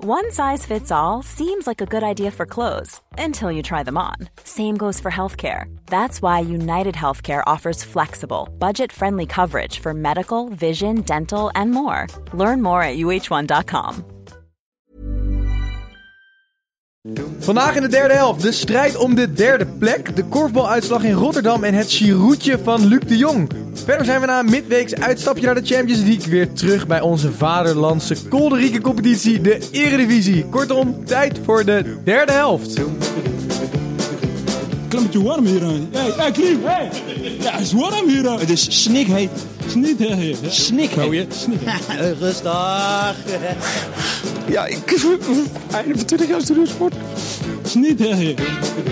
One size fits all seems like a good idea for clothes until you try them on. Same goes for healthcare. That's why United Healthcare offers flexible, budget-friendly coverage for medical, vision, dental, and more. Learn more at uh1.com. Vandaag in de derde helft de strijd om de derde plek, de korfbaluitslag in Rotterdam en het chiroetje van Luc de Jong. Verder zijn we na een midweeks uitstapje naar de Champions League weer terug bij onze vaderlandse kolderieke competitie, de Eredivisie. Kortom, tijd voor de derde helft. Klimmetje warm hier. Hey, Klim. Hey. Ja, het is warm hier. Het is snikheet. Snikheet. Rustig. Ja, ik... Einde van 20 jaar studiosport. Snikheet.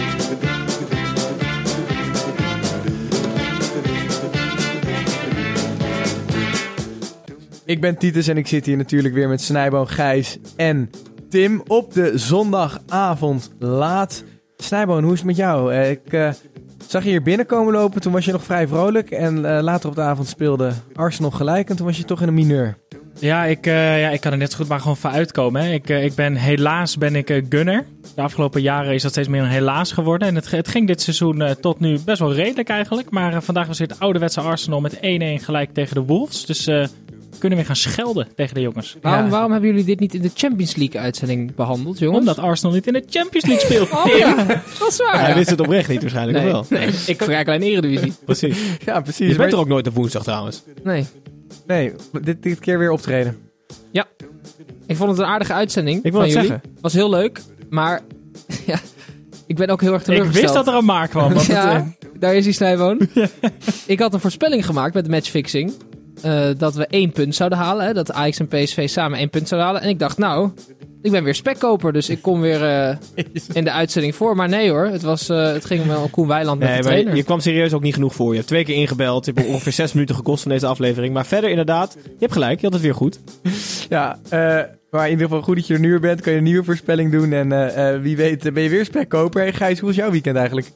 Ik ben Titus en ik zit hier natuurlijk weer met Snijboon, Gijs en Tim op de zondagavond laat. Snijboon, hoe is het met jou? Ik zag je hier binnenkomen lopen, toen was je nog vrij vrolijk. En later op de avond speelde Arsenal gelijk en toen was je toch in een mineur. Ja, ik kan er net zo goed maar gewoon van uitkomen. Hè. Helaas ben ik gunner. De afgelopen jaren is dat steeds meer een helaas geworden. En het ging dit seizoen tot nu best wel redelijk eigenlijk. Maar vandaag was het ouderwetse Arsenal met 1-1 gelijk tegen de Wolves. Dus kunnen we gaan schelden tegen de jongens. Waarom hebben jullie dit niet in de Champions League uitzending behandeld, jongens? Omdat Arsenal niet in de Champions League speelt. Oh ja, dat is waar. Hij wist het oprecht niet waarschijnlijk, of wel? Nee, ik verkijk alleen Eredivisie. Precies. Ja, precies. Je bent er ook nooit op woensdag trouwens. Nee, dit keer weer optreden. Ja. Ik vond het een aardige uitzending. Ik wil van het jullie. zeggen. Was heel leuk, maar ja, ik ben ook heel erg Ik teleurgesteld. wist dat er een maar kwam. Want daar is die Snijboon. Ik had een voorspelling gemaakt met de matchfixing. Dat we 1 punt zouden halen. Hè? Dat Ajax en PSV samen 1 punt zouden halen. En ik dacht, ik ben weer spekkoper. Dus ik kom weer in de uitzending voor. Maar nee hoor, het ging wel om Koen Weiland met de trainer. Je kwam serieus ook niet genoeg voor. Je hebt 2 keer ingebeld. Je hebt ongeveer 6 minuten gekost van deze aflevering. Maar verder inderdaad, je hebt gelijk. Je had het weer goed. Ja, maar in ieder geval goed dat je er nu weer bent. Kan je een nieuwe voorspelling doen. En wie weet ben je weer spekkoper. Hey Gijs, hoe was jouw weekend eigenlijk?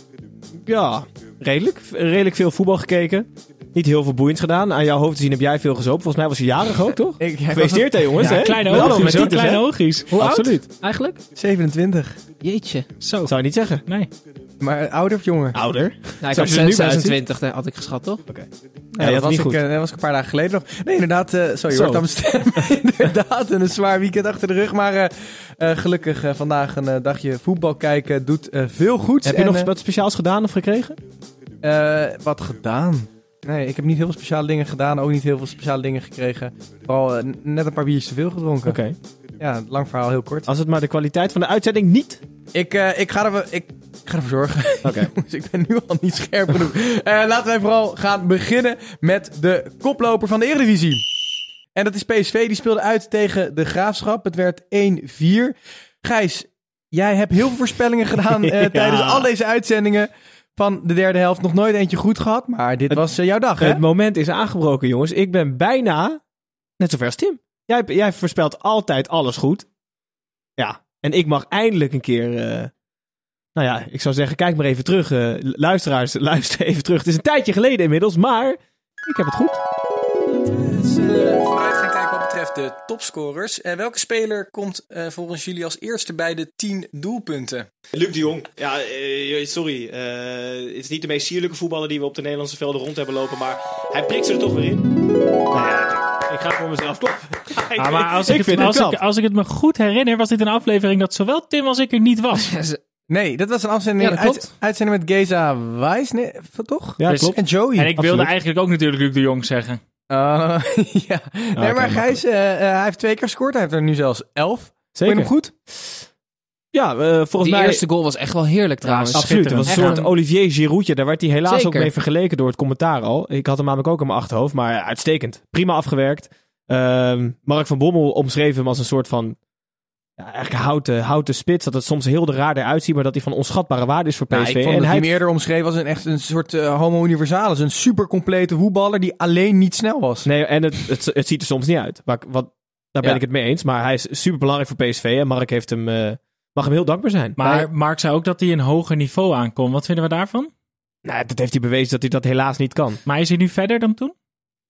Ja, redelijk veel voetbal gekeken. Niet heel veel boeiends gedaan. Aan jouw hoofd te zien heb jij veel gezopen. Volgens mij was je jarig ook, toch? Gefeliciteerd hè jongens. Ja, hè? kleine oogjes. Hoe Absoluut. oud eigenlijk? 27. Jeetje. Zo. Zou je niet zeggen? Nee. Maar ouder of jonger? Ouder. Nou, ik Zoals had je er nu bij 26, had ik geschat, toch? Oké. Ja, dat was ik een paar dagen geleden nog. Nee, inderdaad. Sorry, je hoort aan mijn stem. Inderdaad, een zwaar weekend achter de rug. Maar gelukkig vandaag een dagje voetbal kijken doet veel goeds. Heb je nog wat speciaals gedaan of gekregen? Wat gedaan? Nee, ik heb niet heel veel speciale dingen gedaan. Ook niet heel veel speciale dingen gekregen. Vooral net een paar biertjes te veel gedronken. Oké. Ja, lang verhaal, heel kort. Als het maar de kwaliteit van de uitzending niet... Ik ga ervoor zorgen. Oké. Dus ik ben nu al niet scherp genoeg. Laten wij vooral gaan beginnen met de koploper van de Eredivisie. En dat is PSV. Die speelde uit tegen de Graafschap. Het werd 1-4. Gijs, jij hebt heel veel voorspellingen gedaan tijdens al deze uitzendingen van de derde helft. Nog nooit eentje goed gehad, maar dit was jouw dag, hè? Het moment is aangebroken, jongens. Ik ben bijna net zover als Tim. Jij voorspelt altijd alles goed. Ja, en ik mag eindelijk een keer... ik zou zeggen, kijk maar even terug. Luisteraars, luister even terug. Het is een tijdje geleden inmiddels, maar ik heb het goed. Vooruit gaan kijken wat betreft de topscorers. Welke speler komt volgens jullie als eerste bij de 10 doelpunten? Luc de Jong. Ja, sorry. Het is niet de meest sierlijke voetballer die we op de Nederlandse velden rond hebben lopen, maar hij prikt ze er toch weer in. Ik ga voor mezelf kloppen. Maar als ik het me goed herinner, was dit een aflevering dat zowel Tim als ik er niet was. Nee, dat was een afzending, uitzending met Geza Wijs, nee, toch? Ja, klopt. En Joey. En ik wilde eigenlijk ook natuurlijk Luc de Jong zeggen. Ja. Nee, maar Gijs, hij heeft 2 keer gescoord. Hij heeft er nu zelfs 11. Zeker. Vond je hem goed? Ja, volgens mij... Die eerste goal was echt wel heerlijk trouwens. Absoluut, het was een soort Olivier Giroudje. Daar werd hij helaas Zeker. ook mee vergeleken door het commentaar al. Ik had hem namelijk ook in mijn achterhoofd, maar uitstekend. Prima afgewerkt. Mark van Bommel omschreef hem als een soort van eigenlijk houten spits. Dat het soms heel raar eruit ziet, maar dat hij van onschatbare waarde is voor PSV. Ik vond dat hij eerder omschreven als een soort homo universalis. Een super complete voetballer die alleen niet snel was. Nee, en het ziet er soms niet uit. Daar ben ik het mee eens. Maar hij is super belangrijk voor PSV. En Mark heeft mag hem heel dankbaar zijn. Maar Mark zei ook dat hij een hoger niveau aankomt. Wat vinden we daarvan? Nou, dat heeft hij bewezen dat hij dat helaas niet kan. Maar is hij nu verder dan toen?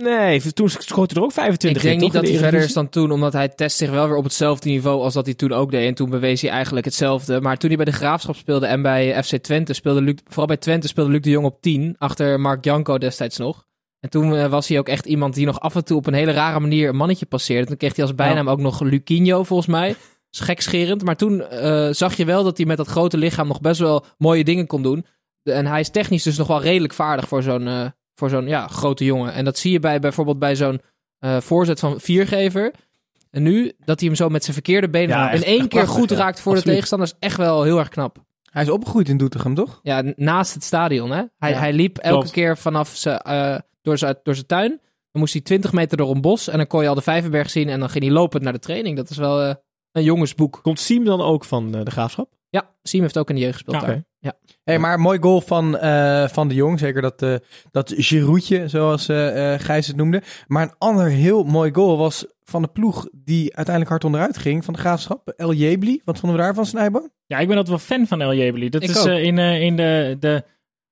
Nee, toen schoot hij er ook 25 Ik denk in, niet toch, dat in hij de verder is Eredivisie? dan toen, omdat hij test zich wel weer op hetzelfde niveau als dat hij toen ook deed. En toen bewees hij eigenlijk hetzelfde. Maar toen hij bij de Graafschap speelde en bij FC Twente speelde Luc, vooral bij Twente speelde Luc de Jong op 10, achter Mark Janko destijds nog. En toen was hij ook echt iemand die nog af en toe op een hele rare manier een mannetje passeerde. Toen kreeg hij als bijnaam ook nog Luquinho, volgens mij. Dat is gekscherend. Maar toen zag je wel dat hij met dat grote lichaam nog best wel mooie dingen kon doen. En hij is technisch dus nog wel redelijk vaardig voor zo'n grote jongen. En dat zie je bijvoorbeeld bij zo'n voorzet van Viergever. En nu, dat hij hem zo met zijn verkeerde benen in één keer goed raakt voor de tegenstander, is echt wel heel erg knap. Hij is opgegroeid in Doetinchem, toch? Ja, naast het stadion, hè. Hij liep elke keer vanaf door zijn tuin. Dan moest hij 20 meter door een bos en dan kon je al de Vijverberg zien en dan ging hij lopend naar de training. Dat is wel een jongensboek. Komt Siem dan ook van de Graafschap? Ja, Siem heeft ook in de jeugd gespeeld daar. Okay. Ja. Hey, maar mooi goal van de Jong. Zeker dat Giroudje, zoals Gijs het noemde. Maar een ander heel mooi goal was van de ploeg die uiteindelijk hard onderuit ging. Van de Graafschap, El Jebli. Wat vonden we daarvan, Snijbo? Ja, ik ben altijd wel fan van El Jebeli. Dat Ik is ook. In de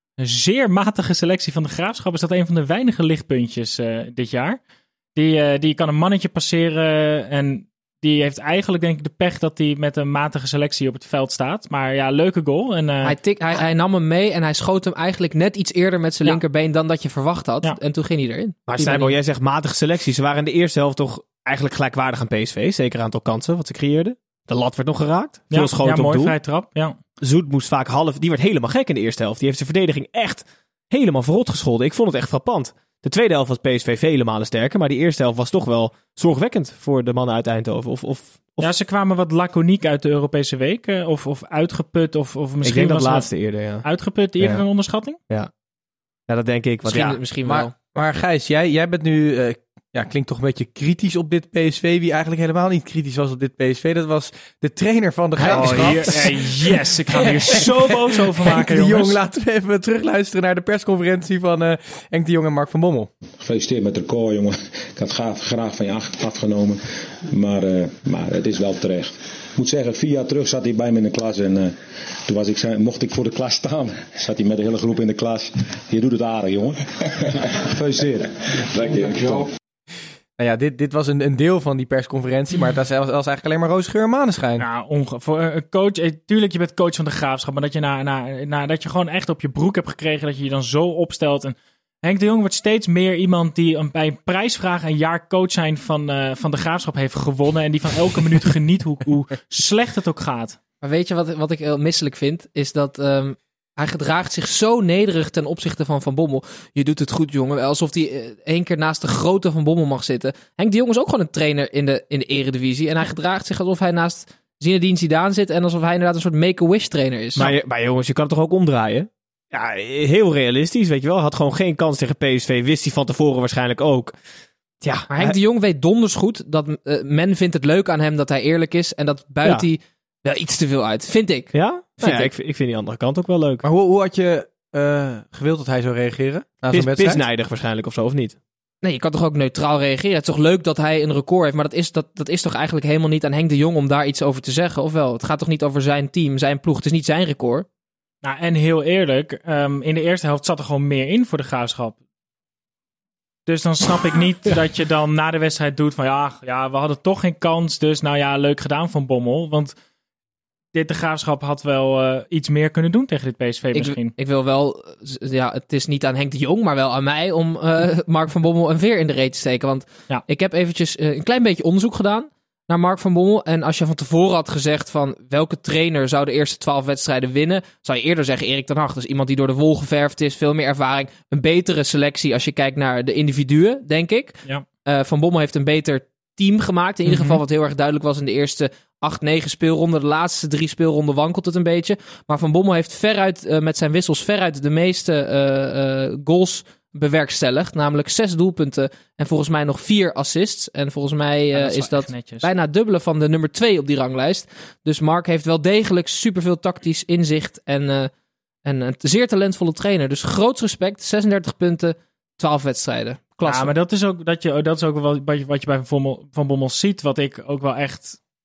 zeer matige selectie van de Graafschap is dat een van de weinige lichtpuntjes dit jaar. Die kan een mannetje passeren en die heeft eigenlijk denk ik de pech dat hij met een matige selectie op het veld staat. Maar ja, leuke goal. En, Hij nam hem mee en hij schoot hem eigenlijk net iets eerder met zijn linkerbeen dan dat je verwacht had. Ja. En toen ging hij erin. Maar Snijbo, jij zegt matige selectie. Ze waren in de eerste helft toch eigenlijk gelijkwaardig aan PSV. Zeker een aantal kansen wat ze creëerden. De lat werd nog geraakt. Veel schoten op mooi, doel. vrij trap. Ja. Zoet moest vaak die werd helemaal gek in de eerste helft. Die heeft zijn verdediging echt helemaal verrot gescholden. Ik vond het echt frappant. De tweede helft was PSV vele malen sterker. Maar die eerste helft was toch wel zorgwekkend voor de mannen uit Eindhoven. Ja, ze kwamen wat laconiek uit de Europese week. Of uitgeput. Of misschien ik denk dat was laatste eerder, ja. Uitgeput eerder een onderschatting? Ja, dat denk ik. Want Misschien wel. Maar Gijs, jij bent nu... klinkt toch een beetje kritisch op dit PSV. Wie eigenlijk helemaal niet kritisch was op dit PSV. Dat was de trainer van de Graafschap. Yes, ik ga me hier zo boos over maken, Henk de jongens. Jong, laten we even terugluisteren naar de persconferentie van Henk de Jong en Mark van Bommel. Gefeliciteerd met het record, jongen. Ik had graag van je afgenomen. Maar het is wel terecht. Ik moet zeggen, 4 jaar terug zat hij bij me in de klas. En toen mocht ik voor de klas staan. Zat hij met de hele groep in de klas. Je doet het aardig, jongen. Gefeliciteerd. Dank je. Nou ja, dit was een deel van die persconferentie, maar dat was eigenlijk alleen maar roze geur en maneschijn. Nou, voor een coach, tuurlijk je bent coach van de Graafschap, maar dat je dat je gewoon echt op je broek hebt gekregen, dat je je dan zo opstelt. En Henk de Jong wordt steeds meer iemand die bij een prijsvraag een jaar coach zijn van de Graafschap heeft gewonnen en die van elke minuut geniet hoe slecht het ook gaat. Maar weet je wat ik heel misselijk vind? Is dat hij gedraagt zich zo nederig ten opzichte van Van Bommel. Je doet het goed, jongen. Alsof hij 1 keer naast de grote Van Bommel mag zitten. Henk de Jong is ook gewoon een trainer in de Eredivisie. En hij gedraagt zich alsof hij naast Zinedine Zidane zit. En alsof hij inderdaad een soort make-a-wish trainer is. Maar jongens, je kan het toch ook omdraaien? Ja, heel realistisch, weet je wel. Had gewoon geen kans tegen PSV. Wist hij van tevoren waarschijnlijk ook. Ja, maar Henk de Jong weet donders goed dat men vindt het leuk aan hem dat hij eerlijk is. En dat buit hij wel iets te veel uit, vind ik. Ja? Ik vind die andere kant ook wel leuk. Maar hoe had je gewild dat hij zou reageren? Na zo'n wedstrijd? Pisnijdig waarschijnlijk of zo, of niet? Nee, je kan toch ook neutraal reageren. Het is toch leuk dat hij een record heeft, maar dat is toch eigenlijk helemaal niet aan Henk de Jong om daar iets over te zeggen, of wel? Het gaat toch niet over zijn team, zijn ploeg, het is niet zijn record? Nou, en heel eerlijk, in de eerste helft zat er gewoon meer in voor de Graafschap. Dus dan snap ik niet dat je dan na de wedstrijd doet van ja, we hadden toch geen kans, dus nou ja, leuk gedaan van Bommel. Want de Graafschap had wel iets meer kunnen doen tegen dit PSV misschien. Ik wil wel, het is niet aan Henk de Jong, maar wel aan mij om Mark van Bommel een veer in de reet te steken. Want ik heb eventjes een klein beetje onderzoek gedaan naar Mark van Bommel. En als je van tevoren had gezegd van welke trainer zou de eerste 12 wedstrijden winnen, zou je eerder zeggen Erik ten Hag. Dus iemand die door de wol geverfd is, veel meer ervaring, een betere selectie als je kijkt naar de individuen, denk ik. Ja. Van Bommel heeft een beter team gemaakt. In ieder geval wat heel erg duidelijk was in de eerste 8-9 speelronden. De laatste 3 speelronden wankelt het een beetje. Maar Van Bommel heeft met zijn wissels veruit de meeste goals bewerkstelligd. Namelijk 6 doelpunten en volgens mij nog 4 assists. En volgens mij is dat bijna het dubbele van de nummer 2 op die ranglijst. Dus Mark heeft wel degelijk superveel tactisch inzicht en een zeer talentvolle trainer. Dus groot respect, 36 punten, 12 wedstrijden. Klasse. Ja, maar dat is ook wel wat je bij Van Bommel ziet, wat ik ook wel echt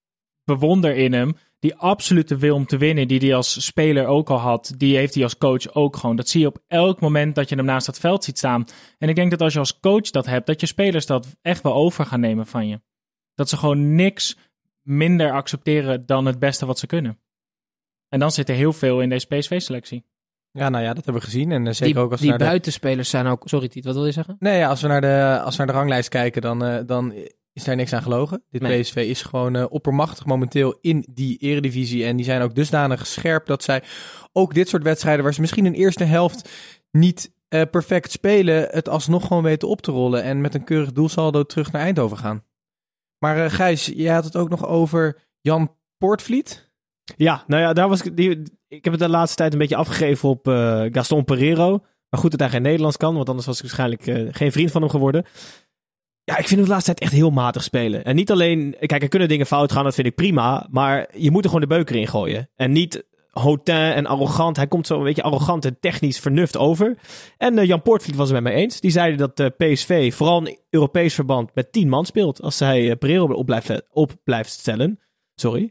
bewonder in hem, die absolute wil om te winnen, die hij als speler ook al had, die heeft hij als coach ook gewoon. Dat zie je op elk moment dat je hem naast dat veld ziet staan. En ik denk dat als je als coach dat hebt, dat je spelers dat echt wel over gaan nemen van je. Dat ze gewoon niks minder accepteren dan het beste wat ze kunnen. En dan zit er heel veel in deze PSV-selectie. Ja, nou ja, dat hebben we gezien. En zeker ook als we die naar de... buitenspelers zijn ook... Sorry Tiet, wat wil je zeggen? Nee, ja, als we naar de ranglijst kijken, dan is daar niks aan gelogen. Dit PSV is gewoon oppermachtig momenteel in die eredivisie. En die zijn ook dusdanig scherp dat zij ook dit soort wedstrijden, waar ze misschien een eerste helft niet perfect spelen, het alsnog gewoon weten op te rollen. En met een keurig doelsaldo terug naar Eindhoven gaan. Maar Gijs, jij had het ook nog over Jan Poortvliet. Ja, nou ja, daar was ik heb het de laatste tijd een beetje afgegeven op Gaston Pereiro. Maar goed dat hij geen Nederlands kan, want anders was ik waarschijnlijk geen vriend van hem geworden. Ja, ik vind hem de laatste tijd echt heel matig spelen. En niet alleen, kijk, er kunnen dingen fout gaan, dat vind ik prima. Maar je moet er gewoon de beuker in gooien. En niet hautain en arrogant. Hij komt zo een beetje arrogant en technisch vernuft over. En Jan Poortvliet was het met mij eens. Die zeiden dat PSV vooral in Europees verband met 10 man speelt. Als hij Pereiro op blijft stellen. Sorry.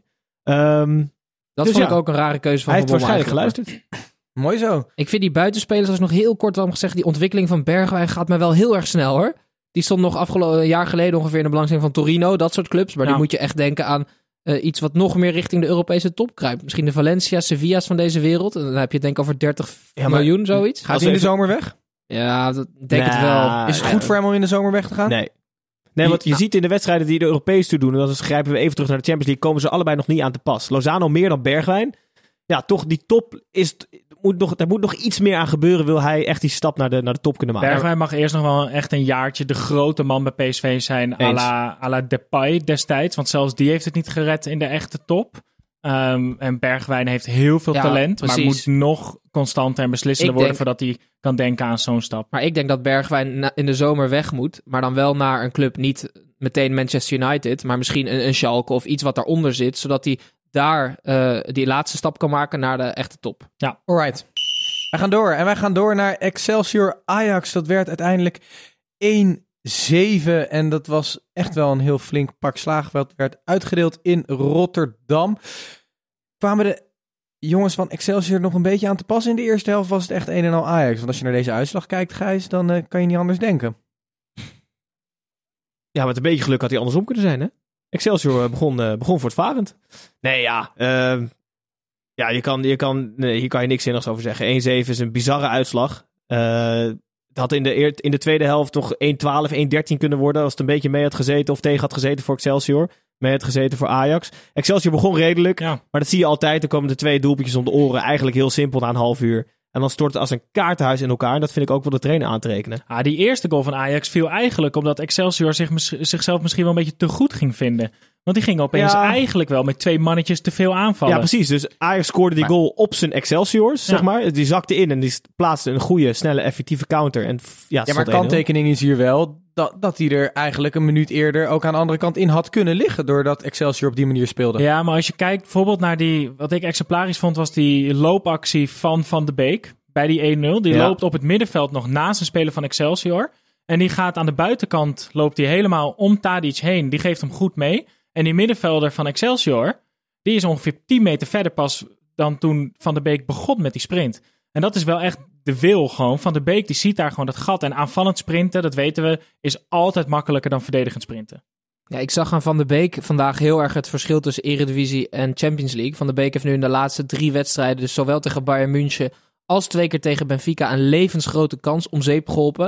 Dat vond ik ook een rare keuze van hij heeft Van Bommel waarschijnlijk geluisterd. Mooi zo. Ik vind die buitenspelers, als nog heel kort waarom gezegd, die ontwikkeling van Bergwijn gaat me wel heel erg snel hoor. Die stond nog een jaar geleden ongeveer in de belangstelling van Torino, dat soort clubs. Maar die moet je echt denken aan iets wat nog meer richting de Europese top kruipt. Misschien de Valencia, Sevilla's van deze wereld. En dan heb je het denk ik over 30 miljoen, zoiets. Gaat hij in de zomer weg? Ja, denk het wel. Is het goed voor hem om in de zomer weg te gaan? Nee, want je ziet in de wedstrijden die de Europees toe doen, en dan grijpen we even terug naar de Champions League, komen ze allebei nog niet aan te pas. Lozano meer dan Bergwijn. Ja, toch, die top er moet nog iets meer aan gebeuren, wil hij echt die stap naar de top kunnen maken. Bergwijn mag eerst nog wel echt een jaartje de grote man bij PSV zijn, à la Depay destijds. Want zelfs die heeft het niet gered in de echte top. En Bergwijn heeft heel veel talent, precies. maar moet nog constanter en beslissender worden voordat hij kan denken aan zo'n stap. Maar ik denk dat Bergwijn in de zomer weg moet, maar dan wel naar een club, niet meteen Manchester United, maar misschien een Schalke of iets wat daaronder zit, zodat hij daar die laatste stap kan maken naar de echte top. Ja, alright. Wij gaan door. En wij gaan door naar Excelsior Ajax. Dat werd uiteindelijk 1-7. En dat was echt wel een heel flink pak slaag. Dat werd uitgedeeld in Rotterdam. Kwamen de jongens van Excelsior nog een beetje aan te passen in de eerste helft? Was het echt een en al Ajax? Want als je naar deze uitslag kijkt, Gijs, dan kan je niet anders denken. Ja, met een beetje geluk had hij andersom kunnen zijn, hè? Excelsior begon voortvarend. Nee, ja. Hier kan je niks zinnigs over zeggen. 1-7 is een bizarre uitslag. Het had in de tweede helft nog 1-12, 1-13 kunnen worden. Als het een beetje mee had gezeten of tegen had gezeten voor Excelsior. Mee had gezeten voor Ajax. Excelsior begon redelijk. Ja. Maar dat zie je altijd. Er komen de 2 doelpuntjes om de oren. Eigenlijk heel simpel na een half uur. En dan stort het als een kaartenhuis in elkaar. En dat vind ik ook wel de trainer aan te rekenen. Die eerste goal van Ajax viel eigenlijk omdat Excelsior zichzelf misschien wel een beetje te goed ging vinden. Want die ging opeens eigenlijk wel met 2 mannetjes te veel aanvallen. Ja, precies. Dus Ajax scoorde die goal op zijn Excelsiors, zeg maar. Die zakte in en die plaatste een goede, snelle, effectieve counter. En maar kanttekening is hier wel dat hij er eigenlijk een minuut eerder ook aan de andere kant in had kunnen liggen, doordat Excelsior op die manier speelde. Ja, maar als je kijkt bijvoorbeeld naar wat ik exemplarisch vond, was die loopactie van Van de Beek bij die 1-0. Die loopt op het middenveld nog naast een speler van Excelsior. En die gaat aan de buitenkant, loopt hij helemaal om Tadic heen. Die geeft hem goed mee. En die middenvelder van Excelsior, die is ongeveer 10 meter verder pas dan toen Van de Beek begon met die sprint. En dat is wel echt de wil gewoon. Van de Beek die ziet daar gewoon dat gat. En aanvallend sprinten, dat weten we, is altijd makkelijker dan verdedigend sprinten. Ja, ik zag aan Van de Beek vandaag heel erg het verschil tussen Eredivisie en Champions League. Van de Beek heeft nu in de laatste 3 wedstrijden, dus zowel tegen Bayern München als 2 keer tegen Benfica, een levensgrote kans om zeep geholpen.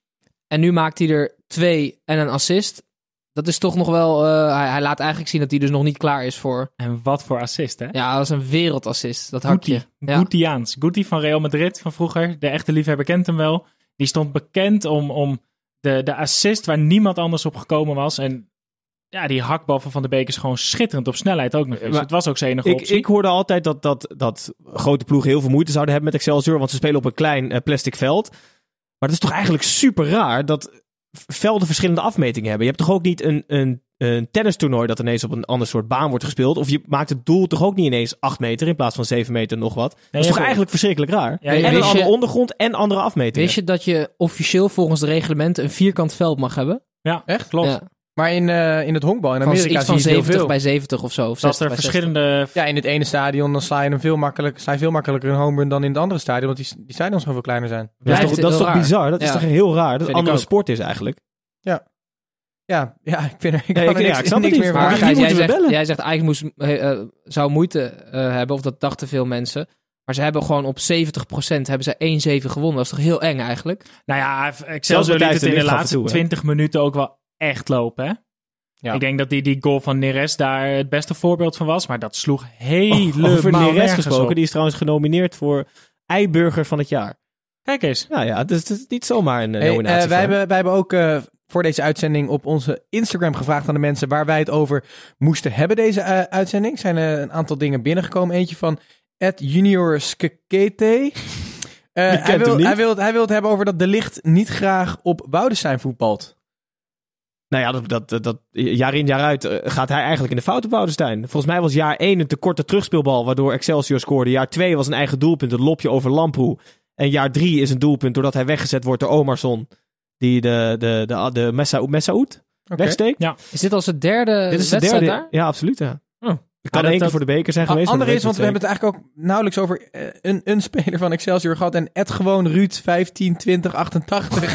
En nu maakt hij er 2 en een assist. Dat is toch nog wel... hij laat eigenlijk zien dat hij dus nog niet klaar is voor... En wat voor assist, hè? Ja, dat is een wereldassist. Dat hakje. Gutiaans. Guti van Real Madrid van vroeger. De echte liefhebber kent hem wel. Die stond bekend om de assist waar niemand anders op gekomen was. En ja, die hakbal van de Beek is gewoon schitterend op snelheid ook nog eens. Het was ook zijn enige optie. Ik hoorde altijd dat grote ploegen heel veel moeite zouden hebben met Excelsior, want ze spelen op een klein plastic veld. Maar het is toch eigenlijk super raar dat velden verschillende afmetingen hebben. Je hebt toch ook niet een tennistoernooi dat ineens op een ander soort baan wordt gespeeld? Of je maakt het doel toch ook niet ineens 8 meter in plaats van 7 meter nog wat? Dat is toch eigenlijk verschrikkelijk raar? Ja, en een andere ondergrond en andere afmetingen. Wist je dat je officieel volgens de reglementen een vierkant veld mag hebben? Ja, echt? Klopt. Ja. Maar in het honkbal in Van Amerika iets van zie je heel 70 veel. bij 70 of zo. Of Dat 60 er bij verschillende... Ja, in het ene stadion dan sla je veel makkelijker een home run dan in het andere stadion, want die stadions gewoon veel kleiner zijn. Dat is Blijft toch heel raar. bizar? Dat is Ja. toch heel raar? Dat het Vind een ik andere ook. sport is eigenlijk. Ja, ik vind er, ik Ja, kan er ik niks, snap het niks niet. meer Maar van. Maar wie Gijs, moeten we bellen? jij zegt Ajax zou moeite hebben, of dat dachten veel mensen. Maar ze hebben gewoon op 70% hebben ze 1-7 gewonnen. Dat is toch heel eng eigenlijk? Nou ja, Zelfs Excelsior liet Matthijs het in de de Ligt gaf laatste het toe, hè? 20 minuten ook wel echt lopen, hè? Ja. Ik denk dat die goal van Neres daar het beste voorbeeld van was. Maar dat sloeg helemaal Over Neres nergens gesproken. op. Die is trouwens genomineerd voor Eiburger van het jaar. Kijk eens. Nou ja, het is niet zomaar een Hey, nominatie. wij voor. hebben ook voor deze uitzending op onze Instagram gevraagd aan de mensen waar wij het over moesten hebben, deze uitzending. Zijn een aantal dingen binnengekomen. Eentje van @juniorskekete. Hij wil het hebben over dat De Ligt niet graag op Woudestein voetbalt. Nou ja, dat jaar in jaar uit gaat hij eigenlijk in de fout op Woudestein. Volgens mij was jaar 1 een te korte terugspeelbal waardoor Excelsior scoorde. Jaar 2 was een eigen doelpunt, een lopje over Lamproe. En jaar 3 is een doelpunt doordat hij weggezet wordt door Omarsson. Die de Messaoud wegsteekt. Ja. Is dit als de derde Dit is de wedstrijd derde. daar? Ja, absoluut. Ja. Oh. Het kan dat- één keer dat- voor de beker zijn geweest. Andere maar is, want we hebben het eigenlijk ook nauwelijks over een speler van Excelsior gehad. En gewoon Ruud 152088.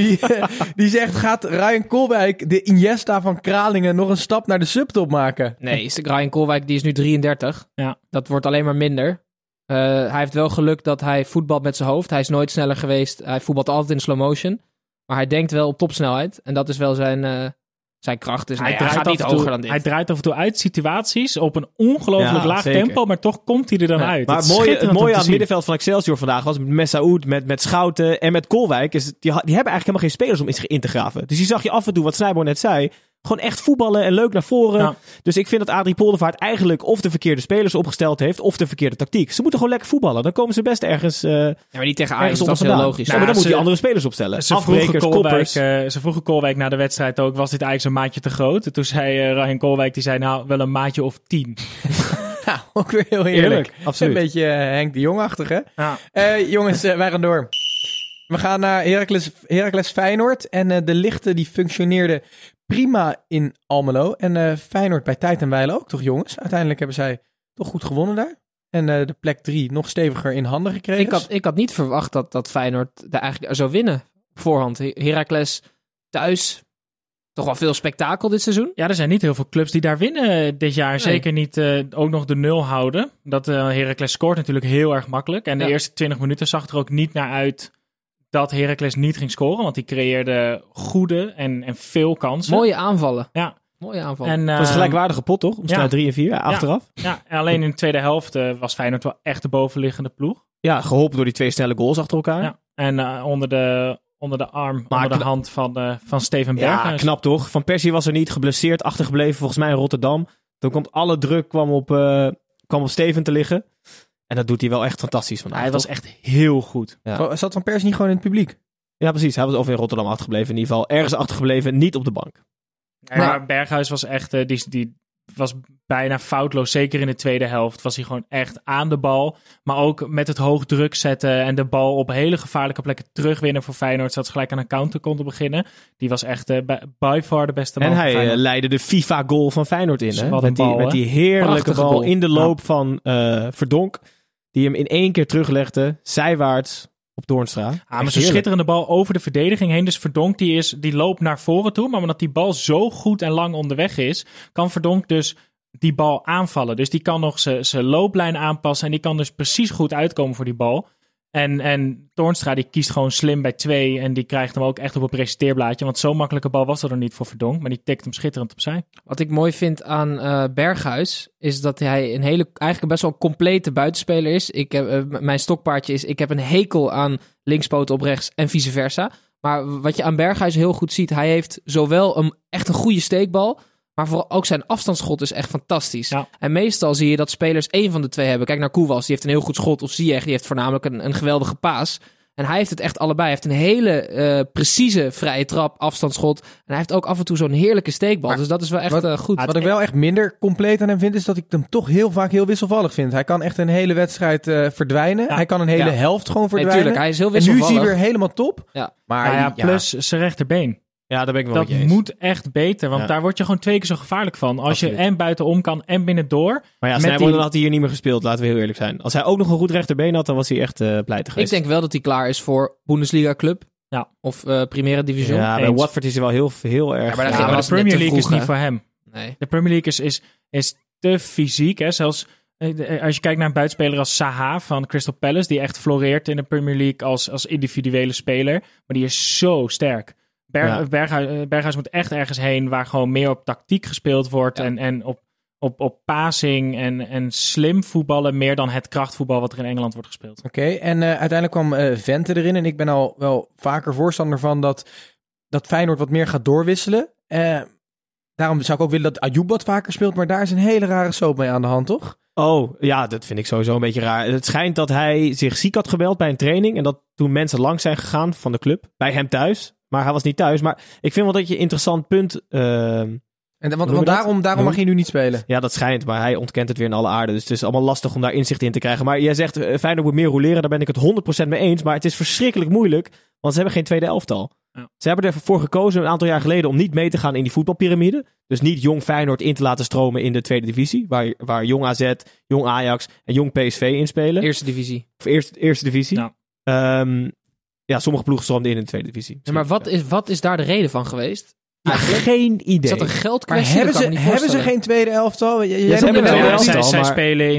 Die zegt, gaat Ryan Koolwijk, de Iniesta van Kralingen, nog een stap naar de subtop maken? Nee, Ryan Koolwijk die is nu 33. Ja. Dat wordt alleen maar minder. Hij heeft wel geluk dat hij voetbalt met zijn hoofd. Hij is nooit sneller geweest. Hij voetbalt altijd in slow motion. Maar hij denkt wel op topsnelheid. En dat is wel zijn kracht. Dus nee, hij gaat niet hoger dan dit. Hij draait af en toe uit situaties op een ongelooflijk Ja, laag zeker. tempo, maar toch komt hij er dan Ja. uit. Maar Het het is mooie schitterend om aan te het zien. middenveld van Excelsior vandaag was met Messaoud, met Schouten en met Koolwijk. Die hebben eigenlijk helemaal geen spelers om in zich in te graven. Dus die zag je af en toe, wat Snijboon net zei, gewoon echt voetballen en leuk naar voren. Ja. Dus ik vind dat Adrie Poldervaart eigenlijk of de verkeerde spelers opgesteld heeft, of de verkeerde tactiek. Ze moeten gewoon lekker voetballen. Dan komen ze best ergens, Ja, maar niet tegen Ajax, ergens dat is heel vandaan. logisch. Ja, maar dan Ja, moet hij ze- andere spelers opstellen. Ze vroegen, Afbrekers, koppers. ze vroegen Koolwijk na de wedstrijd ook, was dit eigenlijk zo'n maatje te groot? En toen zei Ryan Koolwijk, die zei nou wel een maatje of 10. Nou, ook weer heel heerlijk. Eerlijk, absoluut. Een beetje Henk de Jong-achtig, hè? Ja. Jongens, wij gaan door. We gaan naar Heracles Feyenoord. En de lichten die functioneerden prima in Almelo. En Feyenoord bij tijd en wijle ook, toch jongens? Uiteindelijk hebben zij toch goed gewonnen daar. En de plek 3 nog steviger in handen gekregen. Ik had niet verwacht dat Feyenoord daar eigenlijk zou winnen op voorhand. Heracles thuis. Toch wel veel spektakel dit seizoen. Ja, er zijn niet heel veel clubs die daar winnen dit jaar. Nee. Zeker niet ook nog de 0 houden. Dat Heracles scoort natuurlijk heel erg makkelijk. En de Ja. eerste 20 minuten zag er ook niet naar uit dat Heracles niet ging scoren. Want die creëerde goede en veel kansen. Mooie aanvallen. Ja. Mooie aanvallen. En, Het was een gelijkwaardige pot, toch? Om strijd 3 en 4, achteraf. Ja, alleen in de tweede helft was Feyenoord wel echt de bovenliggende ploeg. Ja, geholpen door die 2 snelle goals achter elkaar. Ja. En onder de arm, Maar onder de hand van Steven Berghuis. Ja, knap toch? Van Persie was er niet, geblesseerd achtergebleven volgens mij in Rotterdam. Toen komt alle druk kwam op Steven te liggen. En dat doet hij wel echt fantastisch vandaag. Hij was toch? echt heel goed. Ja. Zat Van Persie niet gewoon in het publiek? Ja, precies. Hij was of in Rotterdam achtergebleven in ieder geval. Ergens achtergebleven, niet op de bank. Ja, maar Berghuis was echt, die was bijna foutloos. Zeker in de tweede helft was hij gewoon echt aan de bal. Maar ook met het hoog druk zetten en de bal op hele gevaarlijke plekken terugwinnen voor Feyenoord. Zodat ze gelijk aan een counter konden beginnen. Die was echt by far de beste man En van hij Feyenoord. leidde de FIFA-goal van Feyenoord in. Hè? Wat een bal, met die heerlijke Prachtige bal goal. in de loop van Verdonk. Die hem in één keer teruglegde, zijwaarts op Doornstra. Maar Echt zo'n heerlijk. schitterende bal over de verdediging heen. Dus Verdonk die loopt naar voren toe. Maar omdat die bal zo goed en lang onderweg is, kan Verdonk dus die bal aanvallen. Dus die kan nog zijn looplijn aanpassen. En die kan dus precies goed uitkomen voor die bal. En Toornstra die kiest gewoon slim bij 2. En die krijgt hem ook echt op een presenteerblaadje. Want zo'n makkelijke bal was er dan niet voor Verdonk. Maar die tikt hem schitterend opzij. Wat ik mooi vind aan Berghuis is dat hij eigenlijk best wel een complete buitenspeler is. Mijn stokpaardje is, ik heb een hekel aan linkspoten op rechts en vice versa. Maar wat je aan Berghuis heel goed ziet, hij heeft zowel echt een goede steekbal, maar vooral ook zijn afstandsschot is echt fantastisch. Ja. En meestal zie je dat spelers één van de twee hebben. Kijk naar Koewas, die heeft een heel goed schot. Of Ziyech, die heeft voornamelijk een geweldige paas. En hij heeft het echt allebei. Hij heeft een hele precieze vrije trap, afstandsschot. En hij heeft ook af en toe zo'n heerlijke steekbal. Maar dus dat is wel echt goed. Wat ik wel echt minder compleet aan hem vind, is dat ik hem toch heel vaak heel wisselvallig vind. Hij kan echt een hele wedstrijd verdwijnen. Ja. Hij kan een hele Ja. helft gewoon Nee, verdwijnen. tuurlijk, hij is heel en nu is wisselvallig. hij weer helemaal top. Ja. Maar Nou ja, plus zijn rechterbeen. Ja, daar ben ik wel Dat met je eens. moet echt beter, want Ja. daar word je gewoon 2 keer zo gevaarlijk van. Als Absoluut. je en buitenom kan en binnendoor. Maar ja, Snijbonen had hij hier niet meer gespeeld, laten we heel eerlijk zijn. Als hij ook nog een goed rechterbeen had, dan was hij echt pleiten Ik geweest. denk wel dat hij klaar is voor Bundesliga club. Ja. Of Primera Division. Ja, bij Eens. Watford is hij wel heel erg... maar daar Ja, gaan we maar was de net Premier te League is vroeg, niet hè? voor hem. Nee. De Premier League is te fysiek. Hè? Zelfs als je kijkt naar een buitenspeler als Zaha van Crystal Palace, die echt floreert in de Premier League als individuele speler. Maar die is zo sterk. Berghuis moet echt ergens heen waar gewoon meer op tactiek gespeeld wordt. Ja. En op passing en slim voetballen meer dan het krachtvoetbal wat er in Engeland wordt gespeeld. Oké, en uiteindelijk kwam Vente erin. En ik ben al wel vaker voorstander van dat Feyenoord wat meer gaat doorwisselen. Daarom zou ik ook willen dat Ayoub wat vaker speelt. Maar daar is een hele rare soap mee aan de hand, toch? Oh, ja, dat vind ik sowieso een beetje raar. Het schijnt dat hij zich ziek had gebeld bij een training. En dat toen mensen langs zijn gegaan van de club. Bij hem thuis. Maar hij was niet thuis. Maar ik vind wel dat je een interessant punt... Want daarom mag je nu niet spelen. Ja, dat schijnt, maar hij ontkent het weer in alle aarde. Dus het is allemaal lastig om daar inzicht in te krijgen. Maar jij zegt, Feyenoord moet meer roleren, daar ben ik het 100% mee eens. Maar het is verschrikkelijk moeilijk, want ze hebben geen tweede elftal. Ja. Ze hebben ervoor gekozen een aantal jaar geleden om niet mee te gaan in die voetbalpyramide. Dus niet jong Feyenoord in te laten stromen in de tweede divisie. Waar jong AZ, jong Ajax en jong PSV in spelen. Eerste divisie. Of eerste divisie. Ja. Ja, sommige ploegen stroomden in de tweede divisie. Ja, maar wat is daar de reden van geweest? Ja, geen idee. Is dat een Maar geldkwestie? Dat kan ik me niet hebben ze voorstellen. geen tweede elftal? ze Jij hebben noemde een wel tweede eens. elftal. Zij maar- spelen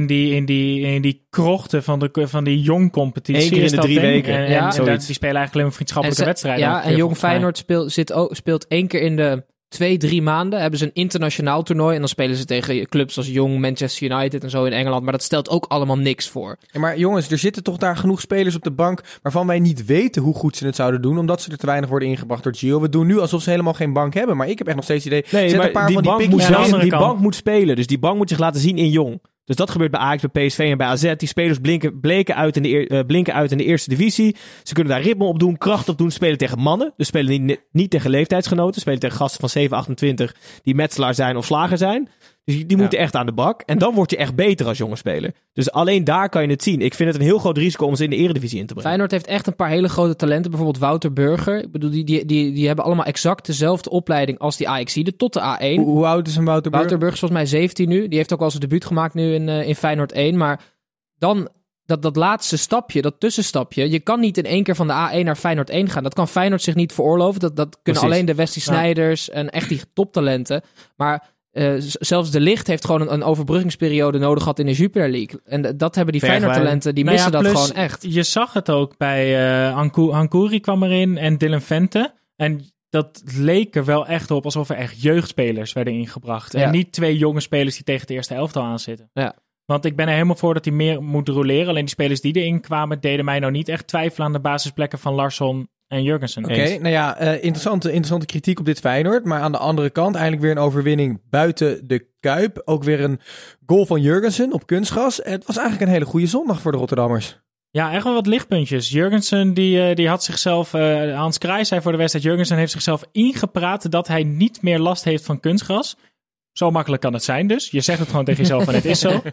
in die krochten van die jong competitie. Eén keer in is de dat 3 ding. weken. En, Ja. en Zoiets. die spelen eigenlijk alleen maar vriendschappelijke wedstrijden. Ja, elke en keer, Jong volgens mij. Feyenoord speelt 1 keer in de 2-3 maanden. Hebben ze een internationaal toernooi. En dan spelen ze tegen clubs als Jong, Manchester United en zo in Engeland. Maar dat stelt ook allemaal niks voor. Ja, maar jongens, er zitten toch daar genoeg spelers op de bank waarvan wij niet weten hoe goed ze het zouden doen, omdat ze er te weinig worden ingebracht door Gio. We doen nu alsof ze helemaal geen bank hebben, maar ik heb echt nog steeds het idee, Nee, zet maar een paar die van die bank, pikkies moet, aan de wel andere die kant. bank moet spelen. Dus die bank moet zich laten zien in jong. Dus dat gebeurt bij Ajax, bij PSV en bij AZ. Die spelers blinken uit in de eerste divisie. Ze kunnen daar ritme op doen, kracht op doen. Spelen tegen mannen. Dus spelen niet tegen leeftijdsgenoten. Spelen tegen gasten van 7, 28 die metselaar zijn of slager zijn. Dus die moeten echt aan de bak. En dan word je echt beter als jonge speler. Dus alleen daar kan je het zien. Ik vind het een heel groot risico om ze in de eredivisie in te brengen. Feyenoord heeft echt een paar hele grote talenten. Bijvoorbeeld Wouter Burger. Ik bedoel, die hebben allemaal exact dezelfde opleiding als die Ajaxiden tot de A1. Hoe oud is een Wouter Burger? Wouter Burger is volgens mij 17 nu. Die heeft ook al zijn debuut gemaakt nu in Feyenoord 1. Maar dan dat laatste stapje, dat tussenstapje. Je kan niet in één keer van de A1 naar Feyenoord 1 gaan. Dat kan Feyenoord zich niet veroorloven. Dat kunnen Precies. alleen de Wesley Sneijers en echt die toptalenten. Maar zelfs De Ligt heeft gewoon een overbruggingsperiode nodig gehad in de Jupiler League. En dat hebben die Bergwijn. Feyenoord-talenten, die Nou missen ja, dat plus, gewoon echt. Je zag het ook bij Ankouri kwam erin en Dylan Vente. En dat leek er wel echt op alsof er echt jeugdspelers werden ingebracht. Ja. En niet 2 jonge spelers die tegen het eerste elftal aanzitten. Ja. Want ik ben er helemaal voor dat hij meer moet roleren. Alleen die spelers die erin kwamen deden mij nou niet echt twijfelen aan de basisplekken van Larsson en Jurgensen. Oké, nou ja, interessante kritiek op dit Feyenoord. Maar aan de andere kant eindelijk weer een overwinning buiten de Kuip. Ook weer een goal van Jurgensen op kunstgras. Het was eigenlijk een hele goede zondag voor de Rotterdammers. Ja, echt wel wat lichtpuntjes. Jurgensen die had zichzelf, Hans Kraai zei voor de wedstrijd, Jurgensen heeft zichzelf ingepraat dat hij niet meer last heeft van kunstgras. Zo makkelijk kan het zijn dus. Je zegt het gewoon tegen jezelf en het is zo.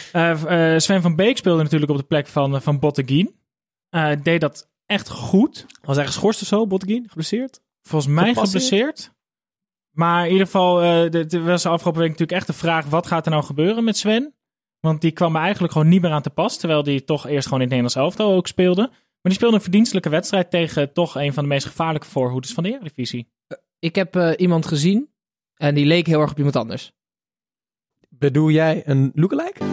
Sven van Beek speelde natuurlijk op de plek van Botteguin. Deed dat echt goed. Was hij geschorst of zo, Botteguin? Geblesseerd? Volgens mij Gepasseerd? geblesseerd. Maar in ieder geval, er was de afgelopen week natuurlijk echt de vraag, wat gaat er nou gebeuren met Sven? Want die kwam er eigenlijk gewoon niet meer aan te pas. Terwijl die toch eerst gewoon in het Nederlands elftal ook speelde. Maar die speelde een verdienstelijke wedstrijd tegen toch een van de meest gevaarlijke voorhoeders van de Eredivisie. Ik heb iemand gezien en die leek heel erg op iemand anders. Bedoel jij een lookalike?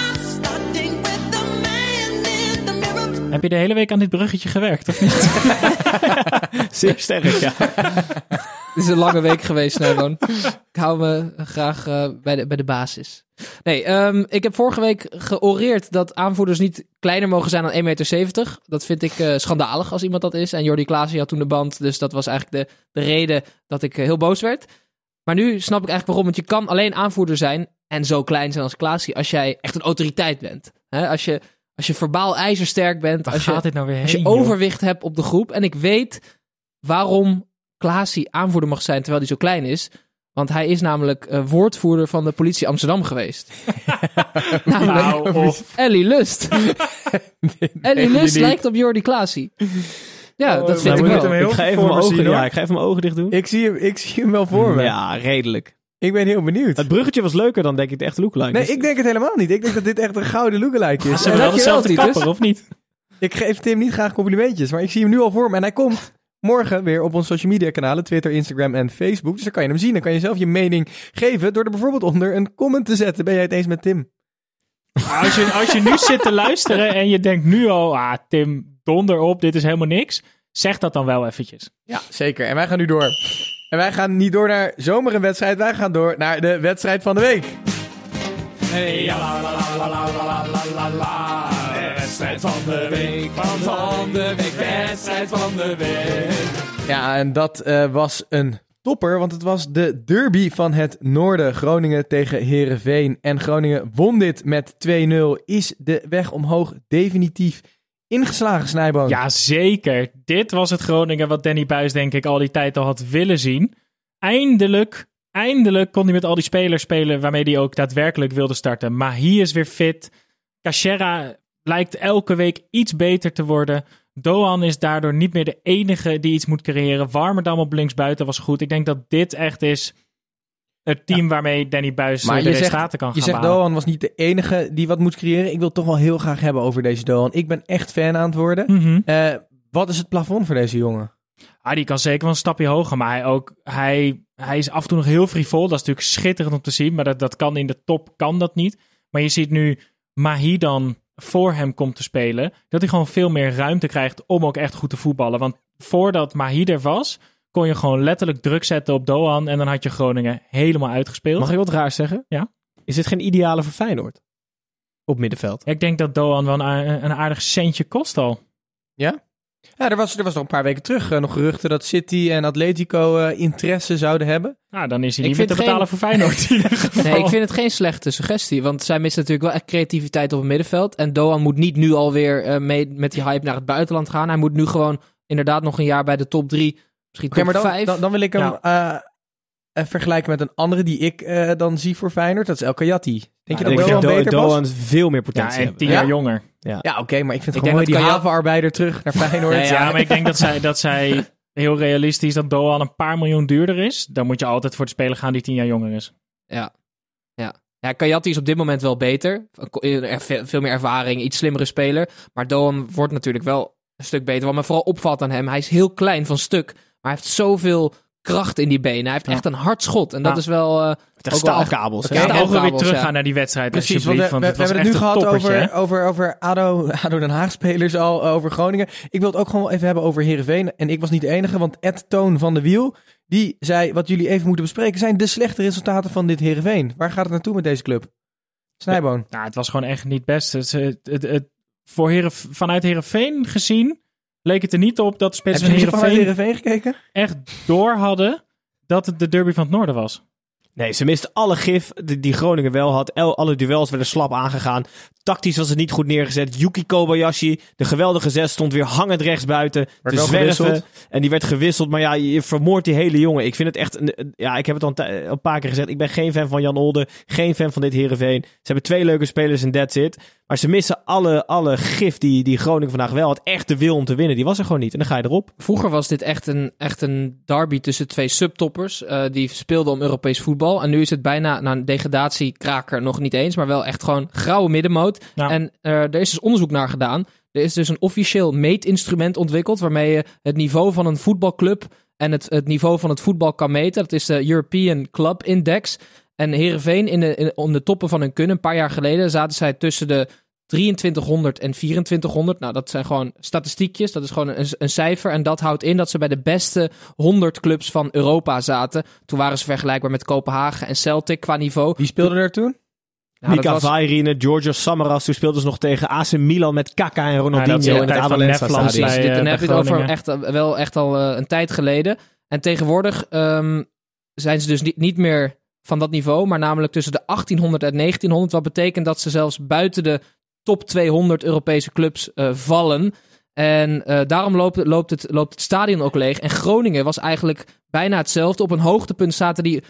Heb je de hele week aan dit bruggetje gewerkt, of niet? Zeer sterk, ja. Het is een lange week geweest, Snijboon. Ik hou me graag bij de basis. Nee, ik heb vorige week georeerd dat aanvoerders niet kleiner mogen zijn dan 1,70 meter. Dat vind ik schandalig als iemand dat is. En Jordi Klaasie had toen de band, dus dat was eigenlijk de reden dat ik heel boos werd. Maar nu snap ik eigenlijk waarom, want je kan alleen aanvoerder zijn en zo klein zijn als Klaasie als jij echt een autoriteit bent. Hè? Als je verbaal ijzersterk bent, Waar als gaat je, dit nou weer heen, als je joh? overwicht hebt op de groep. En ik weet waarom Klaasie aanvoerder mag zijn terwijl hij zo klein is. Want hij is namelijk woordvoerder van de politie Amsterdam geweest. Namelijk Nou, of... Ellie Lust. Ellie Lust lijkt op Jordi Klaasie. Ja, dat maar vind ik we wel. moeten hem heel Ik ga goed even voor mijn me ogen, zien, hoor. ik ga even mijn ogen dicht doen. Ik zie hem wel voor me. Ja, redelijk. Ik ben heel benieuwd. Het bruggetje was leuker dan denk ik de echte lookalike. Nee, ik denk het helemaal niet. Ik denk dat dit echt een gouden lookalike is. Ze hebben wel Dankjewel, dezelfde Titus. kapper, of niet? Ik geef Tim niet graag complimentjes, maar ik zie hem nu al voor me. En hij komt morgen weer op onze social media kanalen, Twitter, Instagram en Facebook. Dus dan kan je hem zien. Dan kan je zelf je mening geven door er bijvoorbeeld onder een comment te zetten. Ben jij het eens met Tim? Als je nu zit te luisteren en je denkt nu al, Tim, donder op, dit is helemaal niks. Zeg dat dan wel eventjes. Ja, zeker. En wij gaan nu door. En wij gaan niet door naar zomer een wedstrijd. Wij gaan door naar de wedstrijd van de week. Hey, la la la la la la la la la. Wedstrijd van de week, van de week, wedstrijd van de week. Ja, en dat was een topper, want het was de derby van het noorden. Groningen tegen Heerenveen. En Groningen won dit met 2-0. Is de weg omhoog definitief ingeslagen, Snijboon? Ja, zeker. Dit was het Groningen wat Danny Buijs denk ik al die tijd al had willen zien. Eindelijk kon hij met al die spelers spelen waarmee hij ook daadwerkelijk wilde starten. Mahi is weer fit. Cachera lijkt elke week iets beter te worden. Doan is daardoor niet meer de enige die iets moet creëren. Warmerdam op linksbuiten was goed. Ik denk dat dit echt is het team waarmee Danny Buijs de resultaten kan gaan Je zegt behalen. Doan was niet de enige die wat moet creëren. Ik wil het toch wel heel graag hebben over deze Doan. Ik ben echt fan aan het worden. Mhm. Wat is het plafond voor deze jongen? Die kan zeker wel een stapje hoger. Maar hij is af en toe nog heel frivol. Dat is natuurlijk schitterend om te zien. Maar dat kan in de top kan dat niet. Maar je ziet nu Mahi dan voor hem komt te spelen. Dat hij gewoon veel meer ruimte krijgt om ook echt goed te voetballen. Want voordat Mahi er was, kon je gewoon letterlijk druk zetten op Doan. En dan had je Groningen helemaal uitgespeeld. Mag ik wat raars zeggen? Ja. Is dit geen ideale voor Feyenoord? Op middenveld. Ja, ik denk dat Doan wel een aardig centje kost al. Ja? Ja, er was nog een paar weken terug nog geruchten dat City en Atletico interesse zouden hebben. Nou, dan is hij Ik niet meer vind te betalen voor Feyenoord. In ieder geval. Nee, ik vind het geen slechte suggestie. Want zij missen natuurlijk wel echt creativiteit op het middenveld. En Doan moet niet nu alweer mee met die hype naar het buitenland gaan. Hij moet nu gewoon inderdaad nog een jaar bij de top 3, misschien Oké, top maar 5. dan wil ik hem vergelijken met een andere die ik dan zie voor Feyenoord. Dat is El Kayati. Denk je dat ik Doan vind beter Doan past? veel meer Ja, potentie en hebben. 10 jaar jonger. Ja, oké, maar ik vind Ik gewoon mooi denk die dat havenarbeider terug naar Feyenoord. Nee, Ja, maar ik denk dat zij heel realistisch dat Doan een paar miljoen duurder is. Dan moet je altijd voor de speler gaan die 10 jaar jonger is. Ja, Kayati is op dit moment wel beter. Veel meer ervaring, iets slimmere speler. Maar Doan wordt natuurlijk wel een stuk beter. Wat me vooral opvalt aan hem, hij is heel klein van stuk. Maar hij heeft zoveel kracht in die benen. Hij heeft echt een hard schot. En dat is wel... Het ook wel echt- staalkabels. Oké, hè? Oké, mogen we weer kabels, teruggaan ja. naar die wedstrijd Precies, want alsjeblieft. we Want hebben het het was nu echt een gehad toppertje, hè? over ADO Den Haag spelers al, over Groningen. Ik wil het ook gewoon wel even hebben over Heerenveen. En ik was niet de enige, want Ed Toon van de Wiel, die zei, wat jullie even moeten bespreken, zijn de slechte resultaten van dit Heerenveen. Waar gaat het naartoe met deze club? Snijboon. Nou, het was gewoon echt niet best. Vanuit Heerenveen gezien leek het er niet op dat de Heb spelers je van vanuit Heerenveen Heerenveen gekeken? echt door hadden dat het de derby van het noorden was. Nee, ze misten alle gif die Groningen wel had. Alle duels werden slap aangegaan. Tactisch was het niet goed neergezet. Yuki Kobayashi, de geweldige 6, stond weer hangend rechtsbuiten te wel zwerven. gewisseld. En die werd gewisseld. Maar ja, je vermoordt die hele jongen. Ik vind het echt... ik heb het al een paar keer gezegd. Ik ben geen fan van Jan Olde. Geen fan van dit Heerenveen. Ze hebben 2 leuke spelers en that's it. Maar ze missen alle gif die Groningen vandaag wel had. Echt de wil om te winnen. Die was er gewoon niet. En dan ga je erop. Vroeger was dit echt een derby tussen 2 subtoppers. Die speelden om Europees voetbal. En nu is het bijna een degradatiekraker nog niet eens. Maar wel echt gewoon grauwe middenmoot. Ja. En er is dus onderzoek naar gedaan. Er is dus een officieel meetinstrument ontwikkeld. Waarmee je het niveau van een voetbalclub en het niveau van het voetbal kan meten. Dat is de European Club Index. En Heerenveen om de toppen van hun kunnen. Een paar jaar geleden zaten zij tussen de 2300 en 2400. Nou, dat zijn gewoon statistiekjes. Dat is gewoon een cijfer. En dat houdt in dat ze bij de beste 100 clubs van Europa zaten. Toen waren ze vergelijkbaar met Kopenhagen en Celtic qua niveau. Wie speelde er toen? Nou, Mika dat was- Vairine, Georgios Samaras. Toen speelden ze nog tegen AC Milan met Kaka en Ronaldinho dat is de in het tijd van Avallenza Nefland stadion. Precies, bij, dan bij heb je het over Groningen. echt al een tijd geleden. En tegenwoordig zijn ze dus niet meer van dat niveau, maar namelijk tussen de 1800 en 1900. Wat betekent dat ze zelfs buiten de top 200 Europese clubs vallen. En daarom loopt het stadion ook leeg. En Groningen was eigenlijk bijna hetzelfde. Op een hoogtepunt zaten die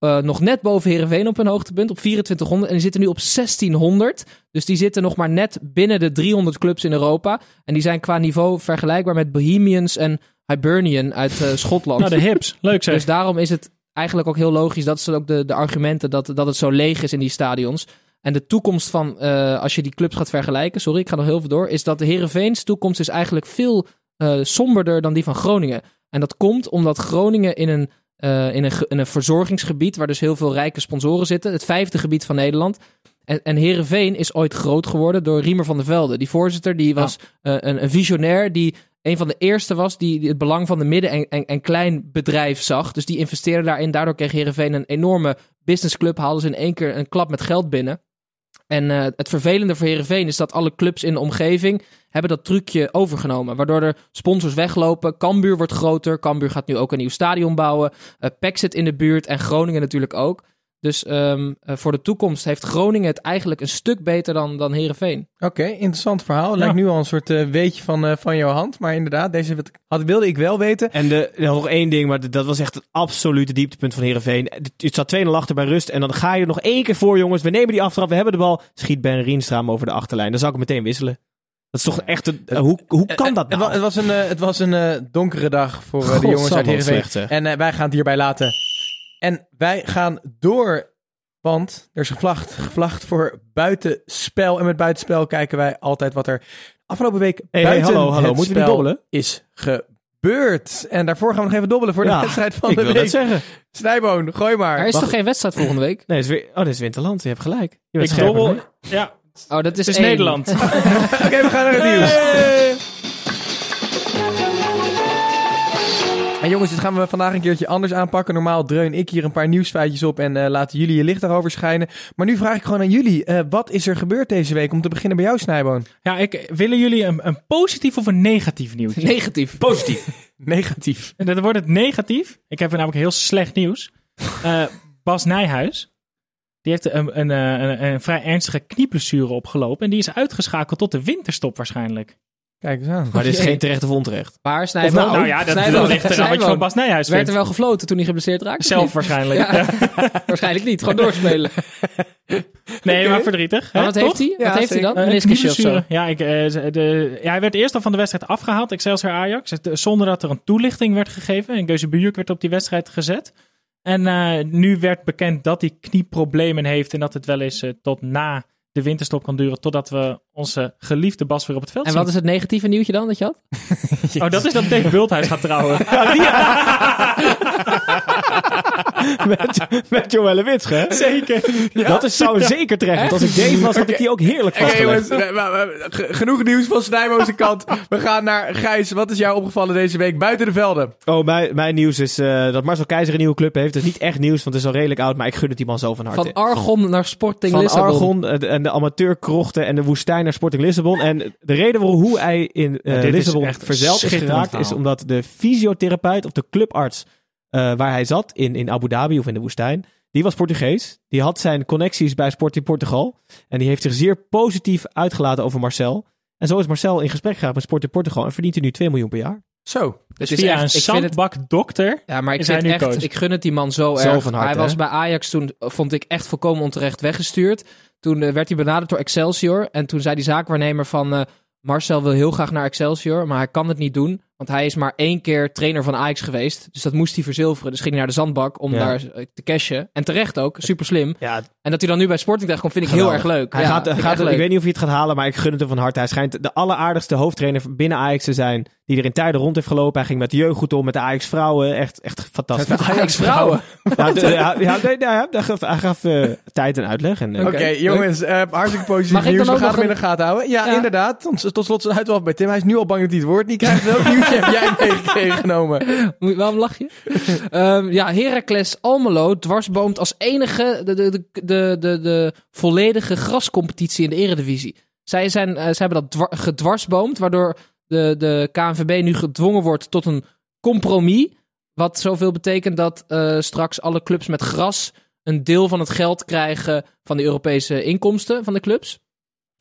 nog net boven Heerenveen op hun hoogtepunt, op 2400. En die zitten nu op 1600. Dus die zitten nog maar net binnen de 300 clubs in Europa. En die zijn qua niveau vergelijkbaar met Bohemians en Hibernian uit Schotland. Nou, de hips. Leuk zeg. Dus daarom is het eigenlijk ook heel logisch. Dat zijn ook de argumenten dat het zo leeg is in die stadions. En de toekomst van, als je die clubs gaat vergelijken... Sorry, ik ga nog heel veel door. Is dat de Heerenveens toekomst is eigenlijk veel somberder dan die van Groningen. En dat komt omdat Groningen in een verzorgingsgebied... waar dus heel veel rijke sponsoren zitten... het 5e gebied van Nederland... En Heerenveen is ooit groot geworden door Riemer van der Velde. Die voorzitter die was een visionair... die een van de eerste was die het belang van de midden- en klein bedrijf zag. Dus die investeerde daarin. Daardoor kreeg Heerenveen een enorme businessclub. Haalden ze in één keer een klap met geld binnen. En het vervelende voor Heerenveen is dat alle clubs in de omgeving hebben dat trucje overgenomen. Waardoor er sponsors weglopen. Cambuur wordt groter. Cambuur gaat nu ook een nieuw stadion bouwen. PEC zit in de buurt en Groningen natuurlijk ook. Dus voor de toekomst heeft Groningen het eigenlijk een stuk beter dan Heerenveen. Oké, interessant verhaal. Lijkt nu al een soort weetje van jouw hand. Maar inderdaad, deze wilde ik wel weten. En nog één ding, maar dat was echt het absolute dieptepunt van Heerenveen. Het staat 2-0 achter bij rust. En dan ga je nog één keer voor, jongens. We nemen die aftrap, we hebben de bal. Schiet Ben Rienstra hem over de achterlijn. Dan zou ik meteen wisselen. Dat is toch echt... hoe kan dat nou? Het was een donkere dag voor de jongens uit Heerenveen. Slecht, en wij gaan het hierbij laten. En wij gaan door, want er is gevlacht voor buitenspel. En met buitenspel kijken wij altijd wat er afgelopen week buiten hallo. het Moeten we niet dobbelen? Is gebeurd. En daarvoor gaan we nog even dobbelen voor de wedstrijd van de week. Ik wil het zeggen. Snijboon, gooi maar. Er is toch geen wedstrijd volgende week? Nee, dit is Winterland. Je hebt gelijk. Ik dobbel. Ja, Oh, dat is het is één. Nederland. Oké, we gaan naar het nieuws. En jongens, dit gaan we vandaag een keertje anders aanpakken. Normaal dreun ik hier een paar nieuwsfeitjes op en laten jullie je licht daarover schijnen. Maar nu vraag ik gewoon aan jullie, wat is er gebeurd deze week? Om te beginnen bij jou, Snijboon. Ja, willen jullie een positief of een negatief nieuwtje? Negatief. Positief. Negatief. En dan wordt het negatief. Ik heb namelijk heel slecht nieuws. Bas Nijhuis, die heeft een vrij ernstige knieblessure opgelopen. En die is uitgeschakeld tot de winterstop waarschijnlijk. Kijk eens aan. Maar dit is geen terecht of onterecht. Maar Snijboon... Nou ja, dat ligt eraan wat je van Bas Nijhuis Werd vindt. er wel gefloten toen hij geblesseerd raakte? Zelf waarschijnlijk. Ja. Waarschijnlijk niet. Gewoon doorspelen. Nee, maar verdrietig. Maar hè, wat toch? heeft hij? Wat heeft hij dan? Een Meniscusje of zo? knieblessure. Ja, hij werd eerst al van de wedstrijd afgehaald. Excelsior Ajax. Zonder dat er een toelichting werd gegeven. En Geuze Buurk werd op die wedstrijd gezet. En nu werd bekend dat hij knieproblemen heeft. En dat het wel eens tot na de winterstop kan duren. Totdat we onze geliefde Bas weer op het veld zien. En wat is het negatieve nieuwtje dan dat je had? Oh, dat is dat Dave Bulthuis gaat trouwen. Met Joelle Wits, hè? Zeker. Dat zou zeker terecht. Want als ik Dave was, had ik die ook heerlijk Oké, vastgelegd. jongens, genoeg nieuws van Snijboon's kant. We gaan naar Gijs. Wat is jou opgevallen deze week buiten de velden? Oh, mijn nieuws is dat Marcel Keizer een nieuwe club heeft. Dat is niet echt nieuws, want het is al redelijk oud. Maar ik gun het die man zo van harte. Van Argon naar Sporting Van Lissabon. Argon en de amateurkrochten en de woestijn naar Sporting Lissabon. En de reden hoe hij in dit is Lissabon echt verzeild is schitterend geraakt... verhaal. is omdat de fysiotherapeut of de clubarts waar hij zat in Abu Dhabi of in de woestijn... die was Portugees. Die had zijn connecties bij Sporting Portugal. En die heeft zich zeer positief uitgelaten over Marcel. En zo is Marcel in gesprek geraakt met Sporting Portugal... en verdient hij nu 2 miljoen per jaar. Zo. Dus Het is via echt- een ik vind het- zandbakdokter. Ja, maar ik is hij vind nu echt, coach. ik gun het die man zo Zo erg. van harte, Hij was hè? bij Ajax toen, vond ik echt volkomen onterecht weggestuurd. Toen werd hij benaderd door Excelsior. En toen zei die zaakwaarnemer van... Marcel wil heel graag naar Excelsior, maar hij kan het niet doen. Want hij is maar 1 keer trainer van Ajax geweest. Dus dat moest hij verzilveren. Dus ging hij naar de zandbak om daar te cashen. En terecht ook, super slim. Ja, En dat hij dan nu bij Sporting terechtkomt, vind ik heel erg leuk. Hij Ja, gaat, vind ik echt leuk. ik weet niet of hij het gaat halen, maar ik gun het hem van harte. Hij schijnt de alleraardigste hoofdtrainer binnen Ajax te zijn. Die er in tijden rond heeft gelopen. Hij ging met de jeugd goed om, met de Ajax vrouwen. Echt fantastisch. Met Ajax vrouwen. Hij gaf tijd en uitleg. En, Oké, jongens, hartstikke positief Mag ik nieuws. dan We ook gaan hem nog in de gaten houden. Ja, Ja. inderdaad. Tot slot sluiten we af bij Tim. Hij is nu al bang dat hij het woord niet krijgt. Welk nieuwtje heb jij meegenomen? Waarom lach je? Heracles Almelo dwarsboomt als enige de volledige grascompetitie in de Eredivisie. Ze hebben dat gedwarsboomd, waardoor de KNVB nu gedwongen wordt tot een compromis. Wat zoveel betekent dat straks alle clubs met gras een deel van het geld krijgen van de Europese inkomsten van de clubs.